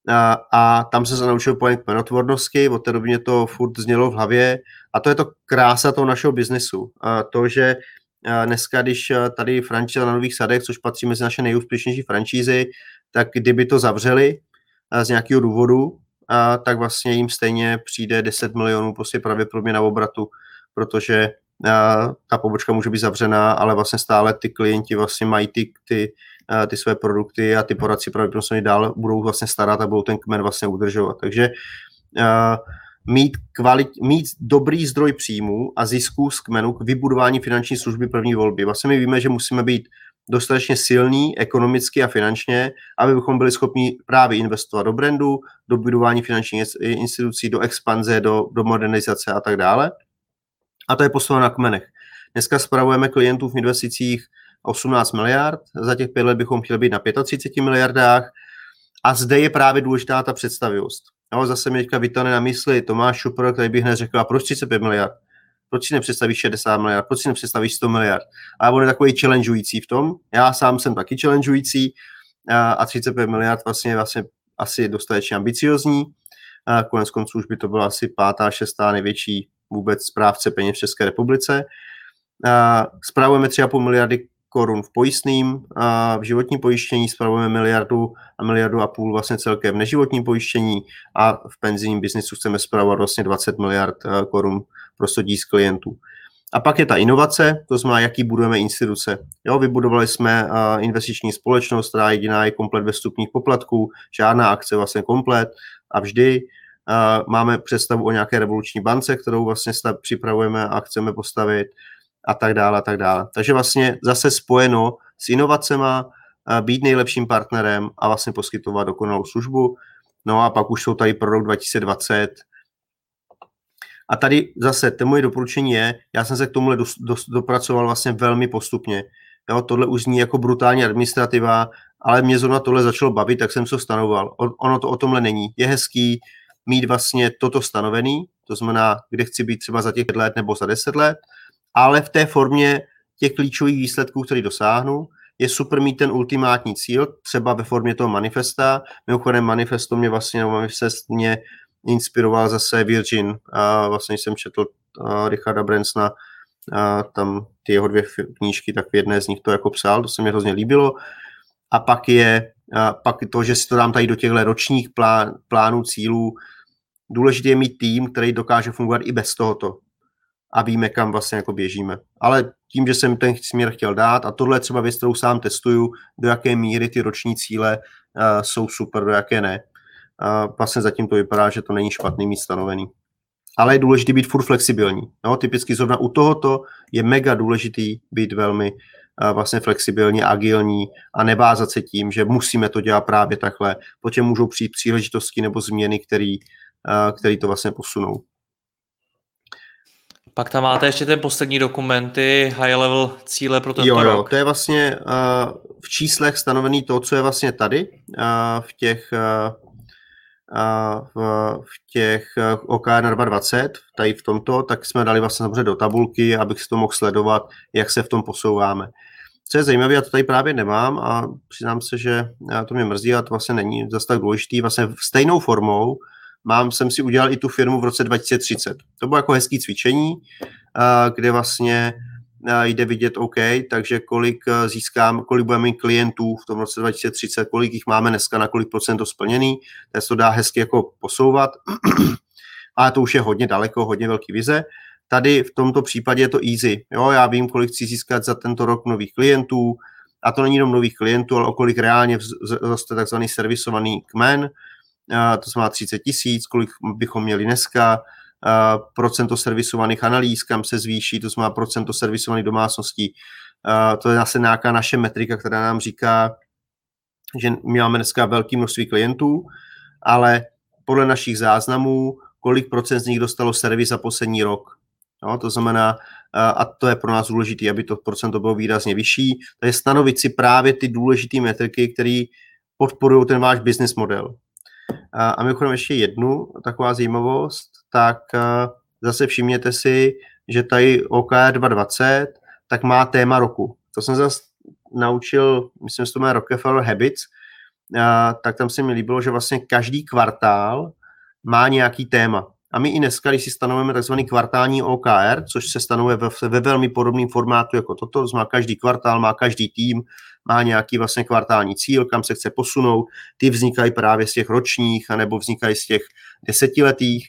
Speaker 2: a tam jsem se naučil pojem kmenotvornosti, od té doby mě to furt znělo v hlavě a to je to krása toho našeho biznesu. Uh, to, že uh, dneska, když uh, tady franšíza na Nových Sadech, což patří mezi naše nejúspěšnější franšízy, tak kdyby to zavřeli uh, z nějakého důvodu, a tak vlastně jim stejně přijde deset milionů prostě pravděpodobně na obratu, protože a, ta pobočka může být zavřená, ale vlastně stále ty klienti vlastně mají ty, ty, a, ty své produkty a ty poradci pravděpodobně dál budou vlastně starat a budou ten kmen vlastně udržovat. Takže a, mít, kvalit, mít dobrý zdroj příjmů a zisků z kmenu k vybudování finanční služby první volby. Vlastně my víme, že musíme být dostatečně silní ekonomicky a finančně, aby bychom byli schopni právě investovat do brandu, do budování finančních institucí, do expanze, do, do modernizace a tak dále. A to je postaveno na kmenech. Dneska spravujeme klientů v investicích osmnáct miliard, za těch pět let bychom chtěli být na třicet pět miliardách a zde je právě důležitá ta představivost. No, zase mi teďka vytane na mysli Tomáš Šupr, který bych hned řekl, a proč třicet pět miliard? Proč si nepředstavíš šedesát miliard? Proč si nepředstavíš sto miliard? Ale on je takový challengeující v tom. Já sám jsem taky challengeující a třicet pět miliard vlastně je vlastně asi dostatečně ambiciozní. Konec konců už by to byla asi pátá, šestá největší vůbec správce peněz v České republice. Spravujeme tři a půl miliardy korun v pojistným, v životním pojištění spravujeme miliardu a miliardu a půl vlastně celkem v neživotním pojištění a v penzijním biznisu chceme spravovat vlastně dvacet miliard korun pro sto tisíc klientů. A pak je ta inovace, to znamená, jaký budujeme instituce. Jo, vybudovali jsme uh, investiční společnost, která jediná je komplet bez vstupních poplatků, žádná akce vlastně komplet a vždy uh, máme představu o nějaké revoluční bance, kterou vlastně stav, připravujeme a chceme postavit a tak dále a tak dále. Takže vlastně zase spojeno s inovacema, uh, být nejlepším partnerem a vlastně poskytovat dokonalou službu. No a pak už jsou tady pro rok dva tisíce dvacet. A tady zase, to moje doporučení je, já jsem se k tomuhle do, do, dopracoval vlastně velmi postupně. Jo, tohle už zní jako brutální administrativa, ale mě zrovna tohle začalo bavit, tak jsem se to stanoval. O, ono to o tomhle není. Je hezký mít vlastně toto stanovený, to znamená, kde chci být třeba za těch pět let nebo za deset let, ale v té formě těch klíčových výsledků, který dosáhnu, je super mít ten ultimátní cíl, třeba ve formě toho manifesta. Mimochodem manifesto mě vlastně, nebo manifest mě inspiroval zase Virgin. A vlastně jsem četl uh, Richarda Bransona, uh, tam ty jeho dvě knížky, tak v jedné z nich to jako psal, to se mi hrozně líbilo. A pak je uh, pak to, že si to dám tady do těchto ročních plán, plánů, cílů. Důležité je mít tým, který dokáže fungovat i bez tohoto. A víme, kam vlastně jako běžíme. Ale tím, že jsem ten směr chtěl dát, a tohle je třeba věc, kterou sám testuju, do jaké míry ty roční cíle uh, jsou super, do jaké ne. A vlastně zatím to vypadá, že to není špatný mít stanovený. Ale je důležité být furt flexibilní. No, typicky zrovna u tohoto je mega důležitý být velmi uh, vlastně flexibilní, agilní a nebázat se tím, že musíme to dělat právě takhle, protože můžou přijít příležitosti nebo změny, který, uh, který to vlastně posunou.
Speaker 1: Pak tam máte ještě ten poslední dokumenty, high level cíle pro tento
Speaker 2: jo, jo,
Speaker 1: rok.
Speaker 2: To je vlastně uh, v číslech stanovený to, co je vlastně tady v těch, v těch O K R na dvacet dva, tady v tomto, tak jsme dali vlastně samozřejmě do tabulky, abych si to mohl sledovat, jak se v tom posouváme. Co je zajímavé, já to tady právě nemám a přiznám se, že to mě mrzí a to vlastně není zase tak důležitý. Vlastně stejnou formou mám, jsem si udělal i tu firmu v roce dva tisíce třicet. To bylo jako hezký cvičení, kde vlastně jde vidět OK, takže kolik získám, kolik budeme mít klientů v tom roce dva tisíce třicet, kolik jich máme dneska, na kolik procent to splněný, tak se to dá hezky jako posouvat, ale to už je hodně daleko, hodně velký vize. Tady v tomto případě je to easy. Jo, já vím, kolik chci získat za tento rok nových klientů, a to není jenom nových klientů, ale o kolik reálně roste takzvaný servisovaný kmen, to znamená třicet tisíc, kolik bychom měli dneska, procento servisovaných analýz, kam se zvýší, to znamená procento servisovaných domácností. To je zase nějaká naše metrika, která nám říká, že my máme dneska velké množství klientů, ale podle našich záznamů, kolik procent z nich dostalo servis za poslední rok. No, to znamená, a to je pro nás důležité, aby to procento bylo výrazně vyšší, to je stanovit si právě ty důležité metriky, které podporují ten váš business model. A mimochodem ještě jednu taková zajímavost, tak zase všimněte si, že tady O K R dva dvacet tak má téma roku. To jsem zase naučil, myslím, že to má Rockefeller Habits, tak tam se mi líbilo, že vlastně každý kvartál má nějaký téma. A my i dneska, když si stanovíme takzvaný kvartální O K R, což se stanovuje ve, ve velmi podobném formátu jako toto, to znamená každý kvartál má každý tým, má nějaký vlastně kvartální cíl, kam se chce posunout, ty vznikají právě z těch ročních, anebo vznikají z těch desetiletých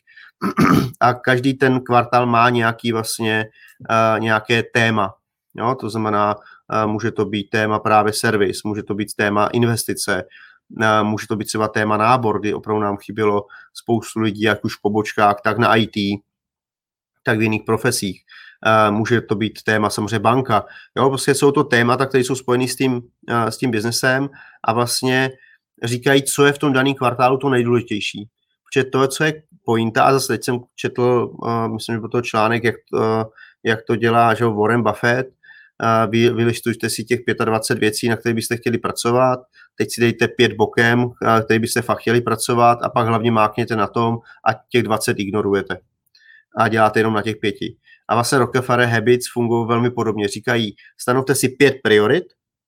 Speaker 2: a každý ten kvartál má nějaký vlastně uh, nějaké téma. Jo? To znamená, uh, může to být téma právě servis, může to být téma investice, může to být třeba téma nábor, kdy opravdu nám chybělo spoustu lidí, jak už v pobočkách, tak na I T, tak v jiných profesích. Může to být téma samozřejmě banka. Jo, prostě jsou to témata, které jsou spojené s tím, s tím biznesem a vlastně říkají, co je v tom daném kvartálu to nejdůležitější. Protože to, co je pointa, a zase teď jsem četl, myslím, že byl to článek, jak to, jak to dělá že Warren Buffett, Vy, vylistujte si těch dvacet pět věcí, na které byste chtěli pracovat, teď si dejte pět bokem, které byste fakt chtěli pracovat a pak hlavně mákněte na tom a těch dvacet ignorujete a děláte jenom na těch pěti. A vlastně Rockefeller Habits fungují velmi podobně. Říkají, stanovte si pět priorit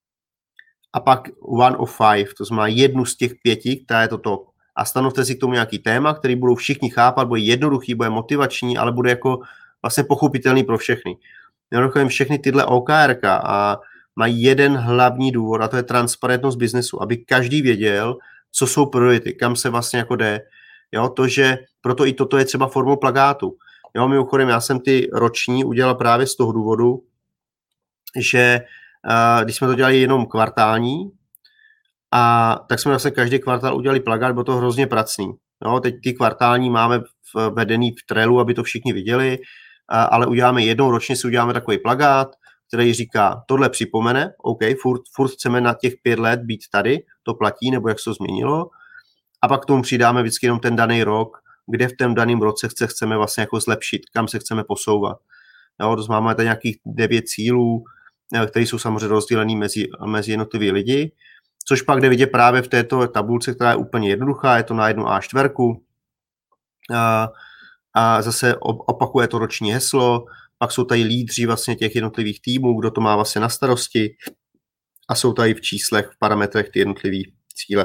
Speaker 2: a pak one of five, to znamená jednu z těch pěti, která je to top. A stanovte si k tomu nějaký téma, který budou všichni chápat, bude jednoduchý, bude motivační, ale bude jako vlastně pochopitelný pro všechny. Mimochodem všechny tyhle O K R ka a mají jeden hlavní důvod a to je transparentnost biznesu, aby každý věděl, co jsou priority, kam se vlastně jako jde. Jo, to, že proto i toto je třeba formou plakátu. Jo, mimochodem já jsem ty roční udělal právě z toho důvodu, že uh, když jsme to dělali jenom kvartální, a tak jsme vlastně každý kvartál udělali plakát, bylo to hrozně pracný. Jo, teď ty kvartální máme v, vedený v Trellu, aby to všichni viděli, ale uděláme jednou ročně, si uděláme takový plakát, který říká, tohle připomene, OK, furt, furt chceme na těch pět let být tady, to platí, nebo jak se to změnilo, a pak k tomu přidáme vždycky jenom ten daný rok, kde v tom daném roce chce, chceme vlastně jako zlepšit, kam se chceme posouvat. Jo, to máme tady nějakých devět cílů, které jsou samozřejmě rozdělený mezi, mezi jednotlivý lidi, což pak jde vidět právě v této tabulce, která je úplně jednoduchá, je to na jednu A čtyři, a zase opakuje to roční heslo, pak jsou tady lídři vlastně těch jednotlivých týmů, kdo to má vlastně na starosti a jsou tady v číslech, v parametrech ty jednotlivý cíle.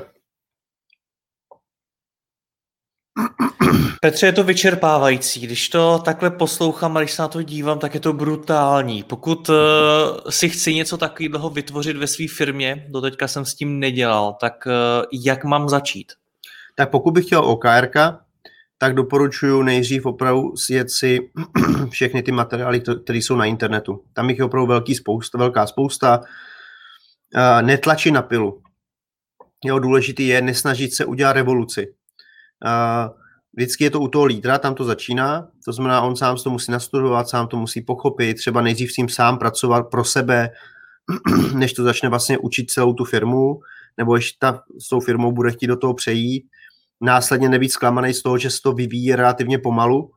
Speaker 1: Petře, je to vyčerpávající. Když to takhle poslouchám a když se na to dívám, tak je to brutální. Pokud uh, si chci něco takového vytvořit ve své firmě, doteďka jsem s tím nedělal, tak uh, jak mám začít?
Speaker 2: Tak pokud bych chtěl O K R ka, tak doporučuji nejdřív opravdu sjet si všechny ty materiály, které jsou na internetu. Tam jich je opravdu velký spousta, velká spousta. Uh, netlačit na pilu. Jo, důležitý je nesnažit se udělat revoluci. Uh, vždycky je to u toho lídra, tam to začíná, to znamená, on sám to musí nastudovat, sám to musí pochopit, třeba nejdřív s tím sám pracovat pro sebe, než to začne vlastně učit celou tu firmu, nebo ještě ta, s tou firmou bude chtít do toho přejít, následně nebýt zklamaný z toho, že se to vyvíjí relativně pomalu,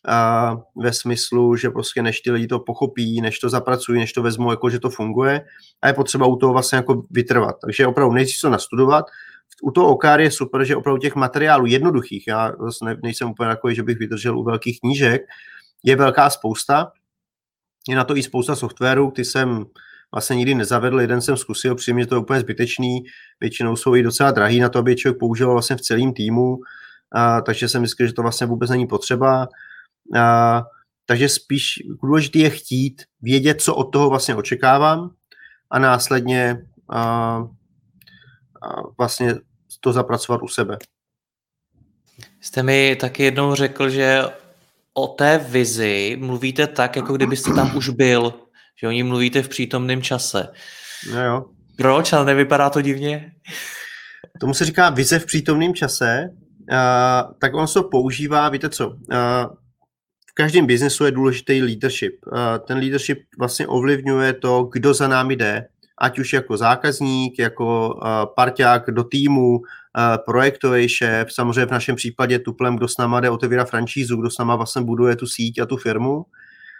Speaker 2: a ve smyslu, že prostě než ty lidi to pochopí, než to zapracují, než to vezmou, jako že to funguje a je potřeba u toho vlastně jako vytrvat. Takže opravdu nejdřív to nastudovat. U toho O K R je super, že opravdu těch materiálů jednoduchých, já zase ne, nejsem úplně takový, že bych vydržel u velkých knížek, je velká spousta. Je na to i spousta softwarů, ty jsem vlastně nikdy nezavedl, jeden jsem zkusil, přijím, že to je úplně zbytečný, většinou jsou i docela drahý na to, aby člověk používal vlastně v celém týmu, a, takže jsem myslel, že to vlastně vůbec není potřeba. A, takže spíš důležité je chtít vědět, co od toho vlastně očekávám a následně a, a vlastně to zapracovat u sebe.
Speaker 1: Jste mi taky jednou řekl, že o té vizi mluvíte tak, jako kdybyste tam už byl, že o ní mluvíte v přítomném čase.
Speaker 2: No jo.
Speaker 1: Proč? Ale nevypadá to divně?
Speaker 2: Tomu se říká vize v přítomném čase, uh, tak on se to používá, víte co, uh, v každém biznesu je důležitý leadership. Uh, ten leadership vlastně ovlivňuje to, kdo za námi jde, ať už jako zákazník, jako uh, parťák do týmu, uh, projektový šéf, samozřejmě v našem případě tuplem, kdo s náma jde otevírat franšízu, kdo s náma vlastně buduje tu síť a tu firmu. Uh,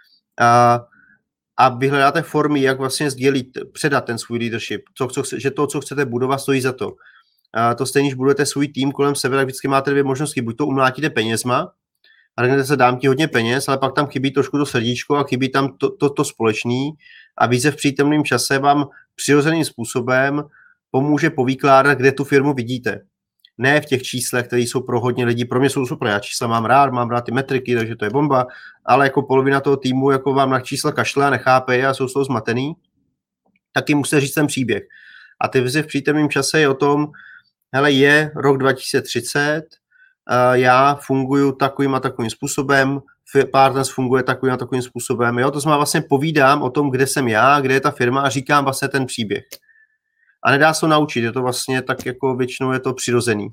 Speaker 2: a vy hledáte formy, jak vlastně sdělit, předat ten svůj leadership, co, co, že to, co chcete budovat, stojí za to. A to stejně, když budujete svůj tým kolem sebe, tak vždycky máte dvě možnosti. Buď to umlátíte penězma a řeknete se, dám ti hodně peněz, ale pak tam chybí trošku to srdíčko a chybí tam to, to, to společný a více v přítomném čase vám přirozeným způsobem pomůže povykládat, kde tu firmu vidíte. Ne v těch číslech, které jsou pro hodně lidí. Pro mě jsou super, já čísla mám rád, mám rád ty metriky, takže to je bomba, ale jako polovina toho týmu jako vám na čísla kašle a nechápe a jsou z toho zmatený, taky musíte říct ten příběh. A ty vize v přítomném čase je o tom, hele, je rok dva tisíce třicet, uh, já funguju takovým a takovým způsobem, Partners funguje takovým a takovým způsobem, jo, to znamená vlastně povídám o tom, kde jsem já, kde je ta firma a říkám vlastně ten příběh. A nedá se to naučit, je to vlastně tak jako většinou je to přirozený.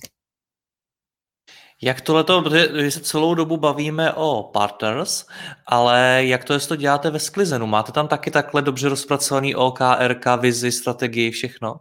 Speaker 1: Jak tohleto, protože se celou dobu bavíme o Partners, ale jak to, jestli to děláte ve Sklizenu? Máte tam taky takhle dobře rozpracovaný O K R K, vizi, strategii, všechno?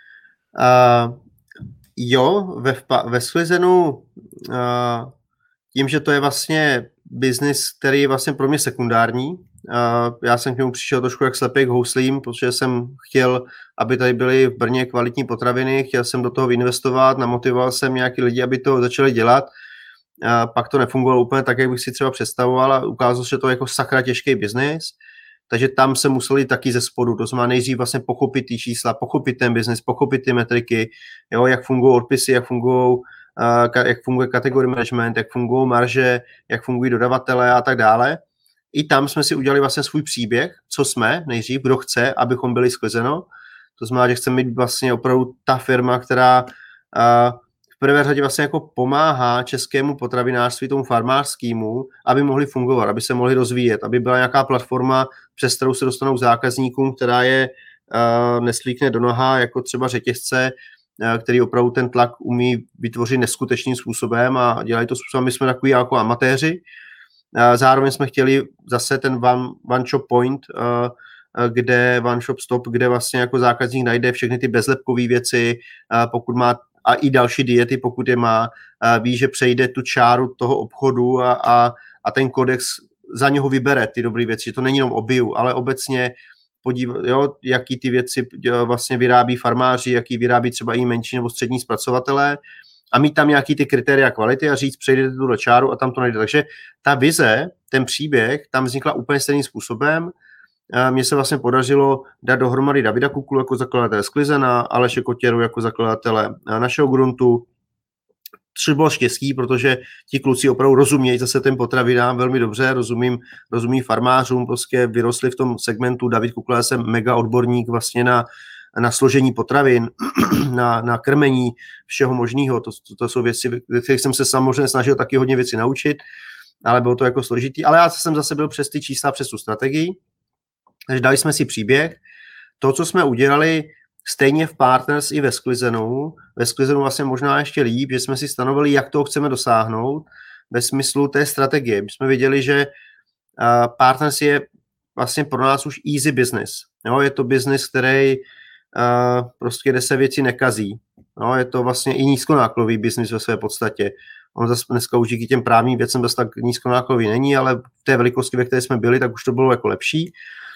Speaker 2: Uh, jo, ve, ve Sklizenu uh, tím, že to je vlastně biznis, který je vlastně pro mě sekundární. Uh, já jsem k němu přišel trošku jak slepý k houslím, protože jsem chtěl, aby tady byly v Brně kvalitní potraviny, chtěl jsem do toho investovat, namotivoval jsem nějaký lidi, aby to začali dělat. Uh, pak to nefungovalo úplně tak, jak bych si třeba představoval a ukázalo se, že to je jako sakra těžký biznis. Takže tam se museli taky ze spodu, to znamená nejdřív vlastně pochopit ty čísla, pochopit ten biznis, pochopit ty metriky, jo, jak fungují odpisy, jak fungují Uh, jak funguje kategorie management, jak fungují marže, jak fungují dodavatelé a tak dále. I tam jsme si udělali vlastně svůj příběh, co jsme nejdřív, kdo chce, abychom byli Sklizeno. To znamená, že chceme být vlastně opravdu ta firma, která uh, v prvé řadě vlastně jako pomáhá českému potravinářství, tomu farmářskému, aby mohli fungovat, aby se mohli rozvíjet, aby byla nějaká platforma, přes kterou se dostanou zákazníkům, která je uh, neslíkne do noha, jako třeba řetězce, který opravdu ten tlak umí vytvořit neskutečným způsobem a dělají to způsobem, my jsme takový jako amatéři. Zároveň jsme chtěli zase ten one, one shop point, kde one shop stop, kde vlastně jako zákazník najde všechny ty bezlepkové věci, pokud má a i další diety, pokud je má, ví, že přejde tu čáru toho obchodu a, a, a ten kodex za něho vybere ty dobré věci, že to není jenom o bio, ale obecně podívat, jo, jaký ty věci vlastně vyrábí farmáři, jaký vyrábí třeba i menší nebo střední zpracovatelé a mít tam nějaký ty kritéria kvality a říct, přejdete tu do čáru a tam to najde. Takže ta vize, ten příběh, tam vznikla úplně stejným způsobem. Mně se vlastně podařilo dát dohromady Davida Kukulu jako zakladatele Sklizena, Aleše Kotěru jako zakladatele našeho gruntu. Což bylo štěstí, protože ti kluci opravdu rozumějí zase ten potravinám velmi dobře, rozumím, rozumí farmářům, prostě vyrostli v tom segmentu. David Kukula je mega odborník vlastně na, na složení potravin, na, na krmení všeho možného. To, to, to jsou věci, ve kterých jsem se samozřejmě snažil taky hodně věci naučit, ale bylo to jako složitý. Ale já jsem zase byl přes ty čísla, přes tu strategii. Takže dali jsme si příběh. To, co jsme udělali, stejně v Partners i ve Sklizenu. Ve Sklizenu vlastně možná ještě líp, že jsme si stanovili, jak toho chceme dosáhnout ve smyslu té strategie. My jsme viděli, že uh, Partners je vlastně pro nás už easy business. Jo? Je to business, který uh, prostě, kde se věci nekazí. Jo? Je to vlastně i nízkonákladový business ve své podstatě. On zase dneska už díky těm právním věcem zase tak nízkonákladový není, ale v té velikosti, ve které jsme byli, tak už to bylo jako lepší.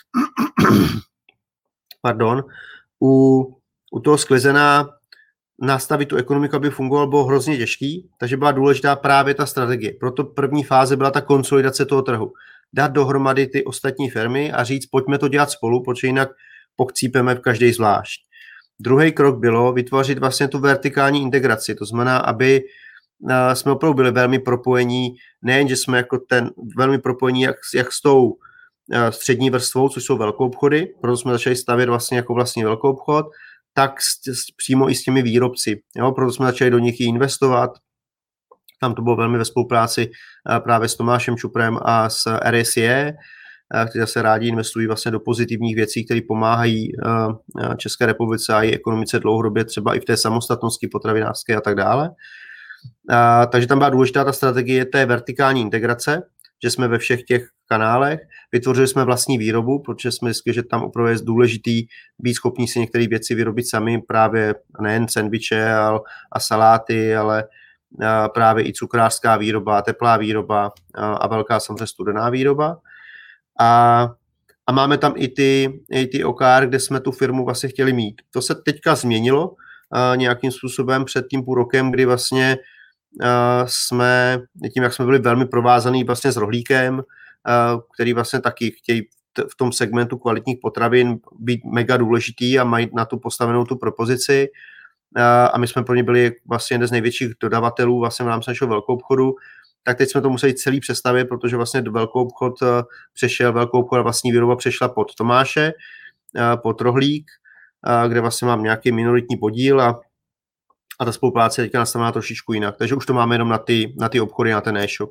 Speaker 2: Pardon. U, u toho sklizena nastavit tu ekonomiku, aby fungoval, bylo hrozně těžký, takže byla důležitá právě ta strategie. Proto první fáze byla ta konsolidace toho trhu. Dát dohromady ty ostatní firmy a říct, pojďme to dělat spolu, protože jinak pochcípeme v každej zvlášť. Druhý krok bylo vytvořit vlastně tu vertikální integraci, to znamená, aby jsme opravdu byli velmi propojení, nejen, že jsme jako ten velmi propojení jak, jak s tou střední vrstvou, což jsou velkou obchody, proto jsme začali stavět vlastně jako vlastní velkou obchod, tak s, s, přímo i s těmi výrobci. Jo? Proto jsme začali do nich investovat. Tam to bylo velmi ve spolupráci právě s Tomášem Čuprem a s R S E, kteří se rádi investují vlastně do pozitivních věcí, které pomáhají České republice a i ekonomice dlouhodobě, třeba i v té samostatnosti potravinářské a tak dále. A, takže tam byla důležitá ta strategie té vertikální integrace, že jsme ve všech těch kanálech. Vytvořili jsme vlastní výrobu, protože jsme zjistili, že tam opravdu je důležitý být schopní si některé věci vyrobit sami, právě nejen sendviče a saláty, ale právě i cukrářská výroba, teplá výroba a velká samozřejmě studená výroba. A, a máme tam i ty, i ty O K R, kde jsme tu firmu vlastně chtěli mít. To se teďka změnilo a, nějakým způsobem před tím půl rokem, kdy vlastně a, jsme, tím jak jsme byli velmi provázaný vlastně s rohlíkem, a, který vlastně taky chtějí v tom segmentu kvalitních potravin být mega důležitý a mají na tu postavenou tu propozici. A my jsme pro ně byli vlastně jeden z největších dodavatelů vlastně v rámci našeho velkou obchodu, tak teď jsme to museli celý přestavit, protože vlastně velkou obchod přešel, velkou obchod a vlastní výroba přešla pod Tomáše, pod Rohlík, kde vlastně mám nějaký minoritní podíl a, a ta spolupráce je teďka nastavená trošičku jinak. Takže už to máme jenom na ty, na ty obchody, na ten e-shop.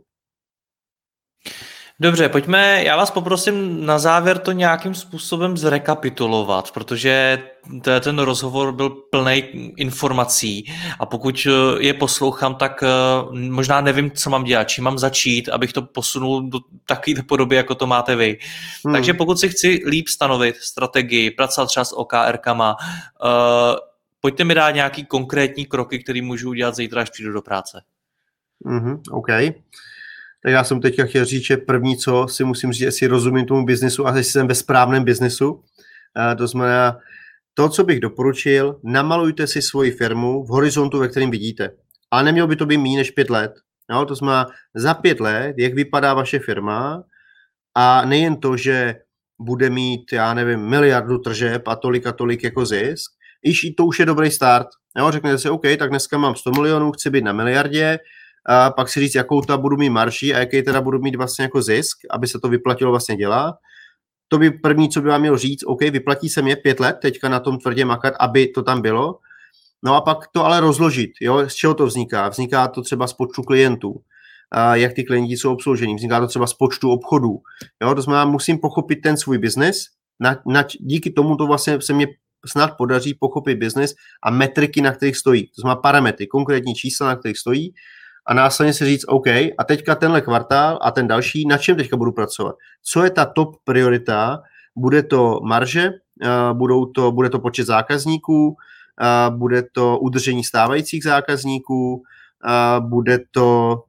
Speaker 1: Dobře, pojďme, já vás poprosím na závěr to nějakým způsobem zrekapitulovat, protože ten rozhovor byl plný informací a pokud je poslouchám, tak možná nevím, co mám dělat, čím mám začít, abych to posunul do takové podoby, jako to máte vy. Hmm. Takže pokud si chci líp stanovit strategii, pracovat třeba s O K R kama, uh, pojďte mi dát nějaký konkrétní kroky, které můžu udělat zítra, až přijdu do práce.
Speaker 2: Mm-hmm, OK. Tak já jsem teďka chtěl říct, že první, co si musím říct, jestli rozumím tomu biznisu a jestli jsem ve správném biznisu. To znamená, to, co bych doporučil, namalujte si svoji firmu v horizontu, ve kterém vidíte. Ale nemělo by to být méně než pět let. No, to znamená, za pět let, jak vypadá vaše firma a nejen to, že bude mít, já nevím, miliardu tržeb a tolik a tolik jako zisk, i to už je dobrý start. Jo, řeknete si, OK, tak dneska mám sto milionů, chci být na miliardě, a pak si říct, jakou ta budu mít marži a jaký teda budu mít vlastně jako zisk, aby se to vyplatilo vlastně dělat. To by první, co by vám mělo říct, OK, vyplatí se mě pět let teďka na tom tvrdě makat, aby to tam bylo. No a pak to ale rozložit, jo, z čeho to vzniká? Vzniká to třeba z počtu klientů, a jak ty klienti jsou obsloužení, vzniká to třeba z počtu obchodů. Jo, to znamená, musím pochopit ten svůj biznis, na, na, díky tomu to vlastně se mě snad podaří pochopit biznis a metriky, na kterých stojí. To znamená parametry, konkrétní čísla, na kterých stojí. A následně si říct, OK, a teďka tenhle kvartál a ten další, na čem teďka budu pracovat? Co je ta top priorita? Bude to marže, budou to, bude to počet zákazníků, bude to udržení stávajících zákazníků, bude to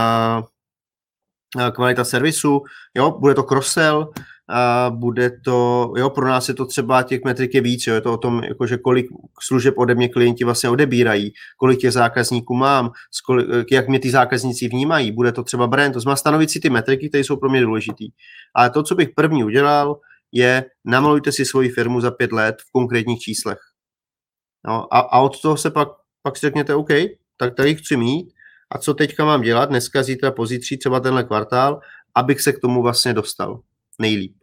Speaker 2: kvalita servisu, jo, bude to cross-sell, a bude to, jo, pro nás je to třeba těch metrik je víc, jo, je to o tom, jakože kolik služeb ode mě klienti vlastně odebírají, kolik těch zákazníků mám, kolik, jak mě ty zákazníci vnímají, bude to třeba brand, to znamená stanovit si ty metriky, které jsou pro mě důležitý. Ale to, co bych první udělal, je namalujte si svoji firmu za pět let v konkrétních číslech. No, a, a od toho se pak, pak si řekněte, OK, tak tady chci mít a co teďka mám dělat, dneska, zítra, pozítří, třeba tenhle kvartál, abych se k tomu vlastně dostal nejlíp.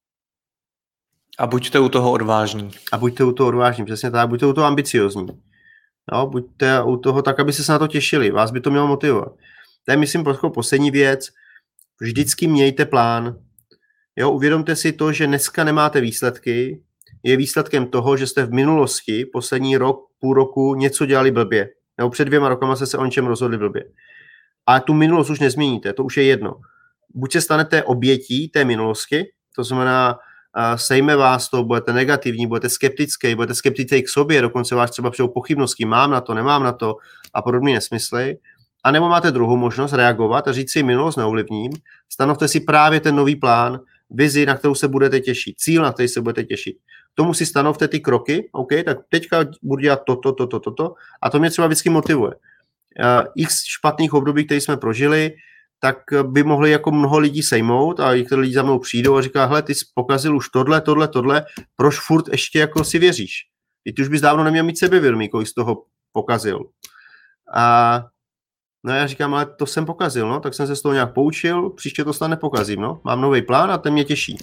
Speaker 1: A buďte u toho odvážní.
Speaker 2: A buďte u toho odvážní, přesně tak, buďte u toho ambiciozní. No, buďte u toho tak, aby se na to těšili, vás by to mělo motivovat. To je, myslím, poslední věc, vždycky mějte plán. Jo, uvědomte si to, že dneska nemáte výsledky, je výsledkem toho, že jste v minulosti, poslední rok, půl roku, něco dělali blbě. Nebo před dvěma rokama jste se o něčem rozhodli blbě. A tu minulost už nezměníte, to už je jedno. Buď se stanete obětí té minulosti, to znamená, uh, sejme vás to, budete negativní, budete skeptický, budete skeptický k sobě, dokonce vás třeba přijou pochybnosti, mám na to, nemám na to a podobné nesmysly, A nebo máte druhou možnost reagovat a říct si minulost neovlivním, stanovte si právě ten nový plán, vizi, na kterou se budete těšit, cíl, na který se budete těšit. K tomu si stanovte ty kroky, OK, tak teďka budu dělat toto, toto, toto a to mě třeba vždycky motivuje. Uh, x špatných období, které jsme prožili, tak by mohli jako mnoho lidí sejmout a některé lidi za mnou přijdou a říká, hele, ty jsi pokazil už tohle, tohle, tohle, proč furt ještě jako si věříš? Ty už bys dávno neměl mít sebevědomí, kolik z toho pokazil. A no já říkám, ale to jsem pokazil, no, tak jsem se z toho nějak poučil, příště to snad nepokazím, no. Mám nový plán a ten mě těší.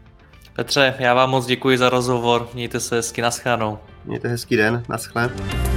Speaker 1: Petře, já vám moc děkuji za rozhovor, mějte se hezky, naschledanou.
Speaker 2: Mějte hezký den, naschle.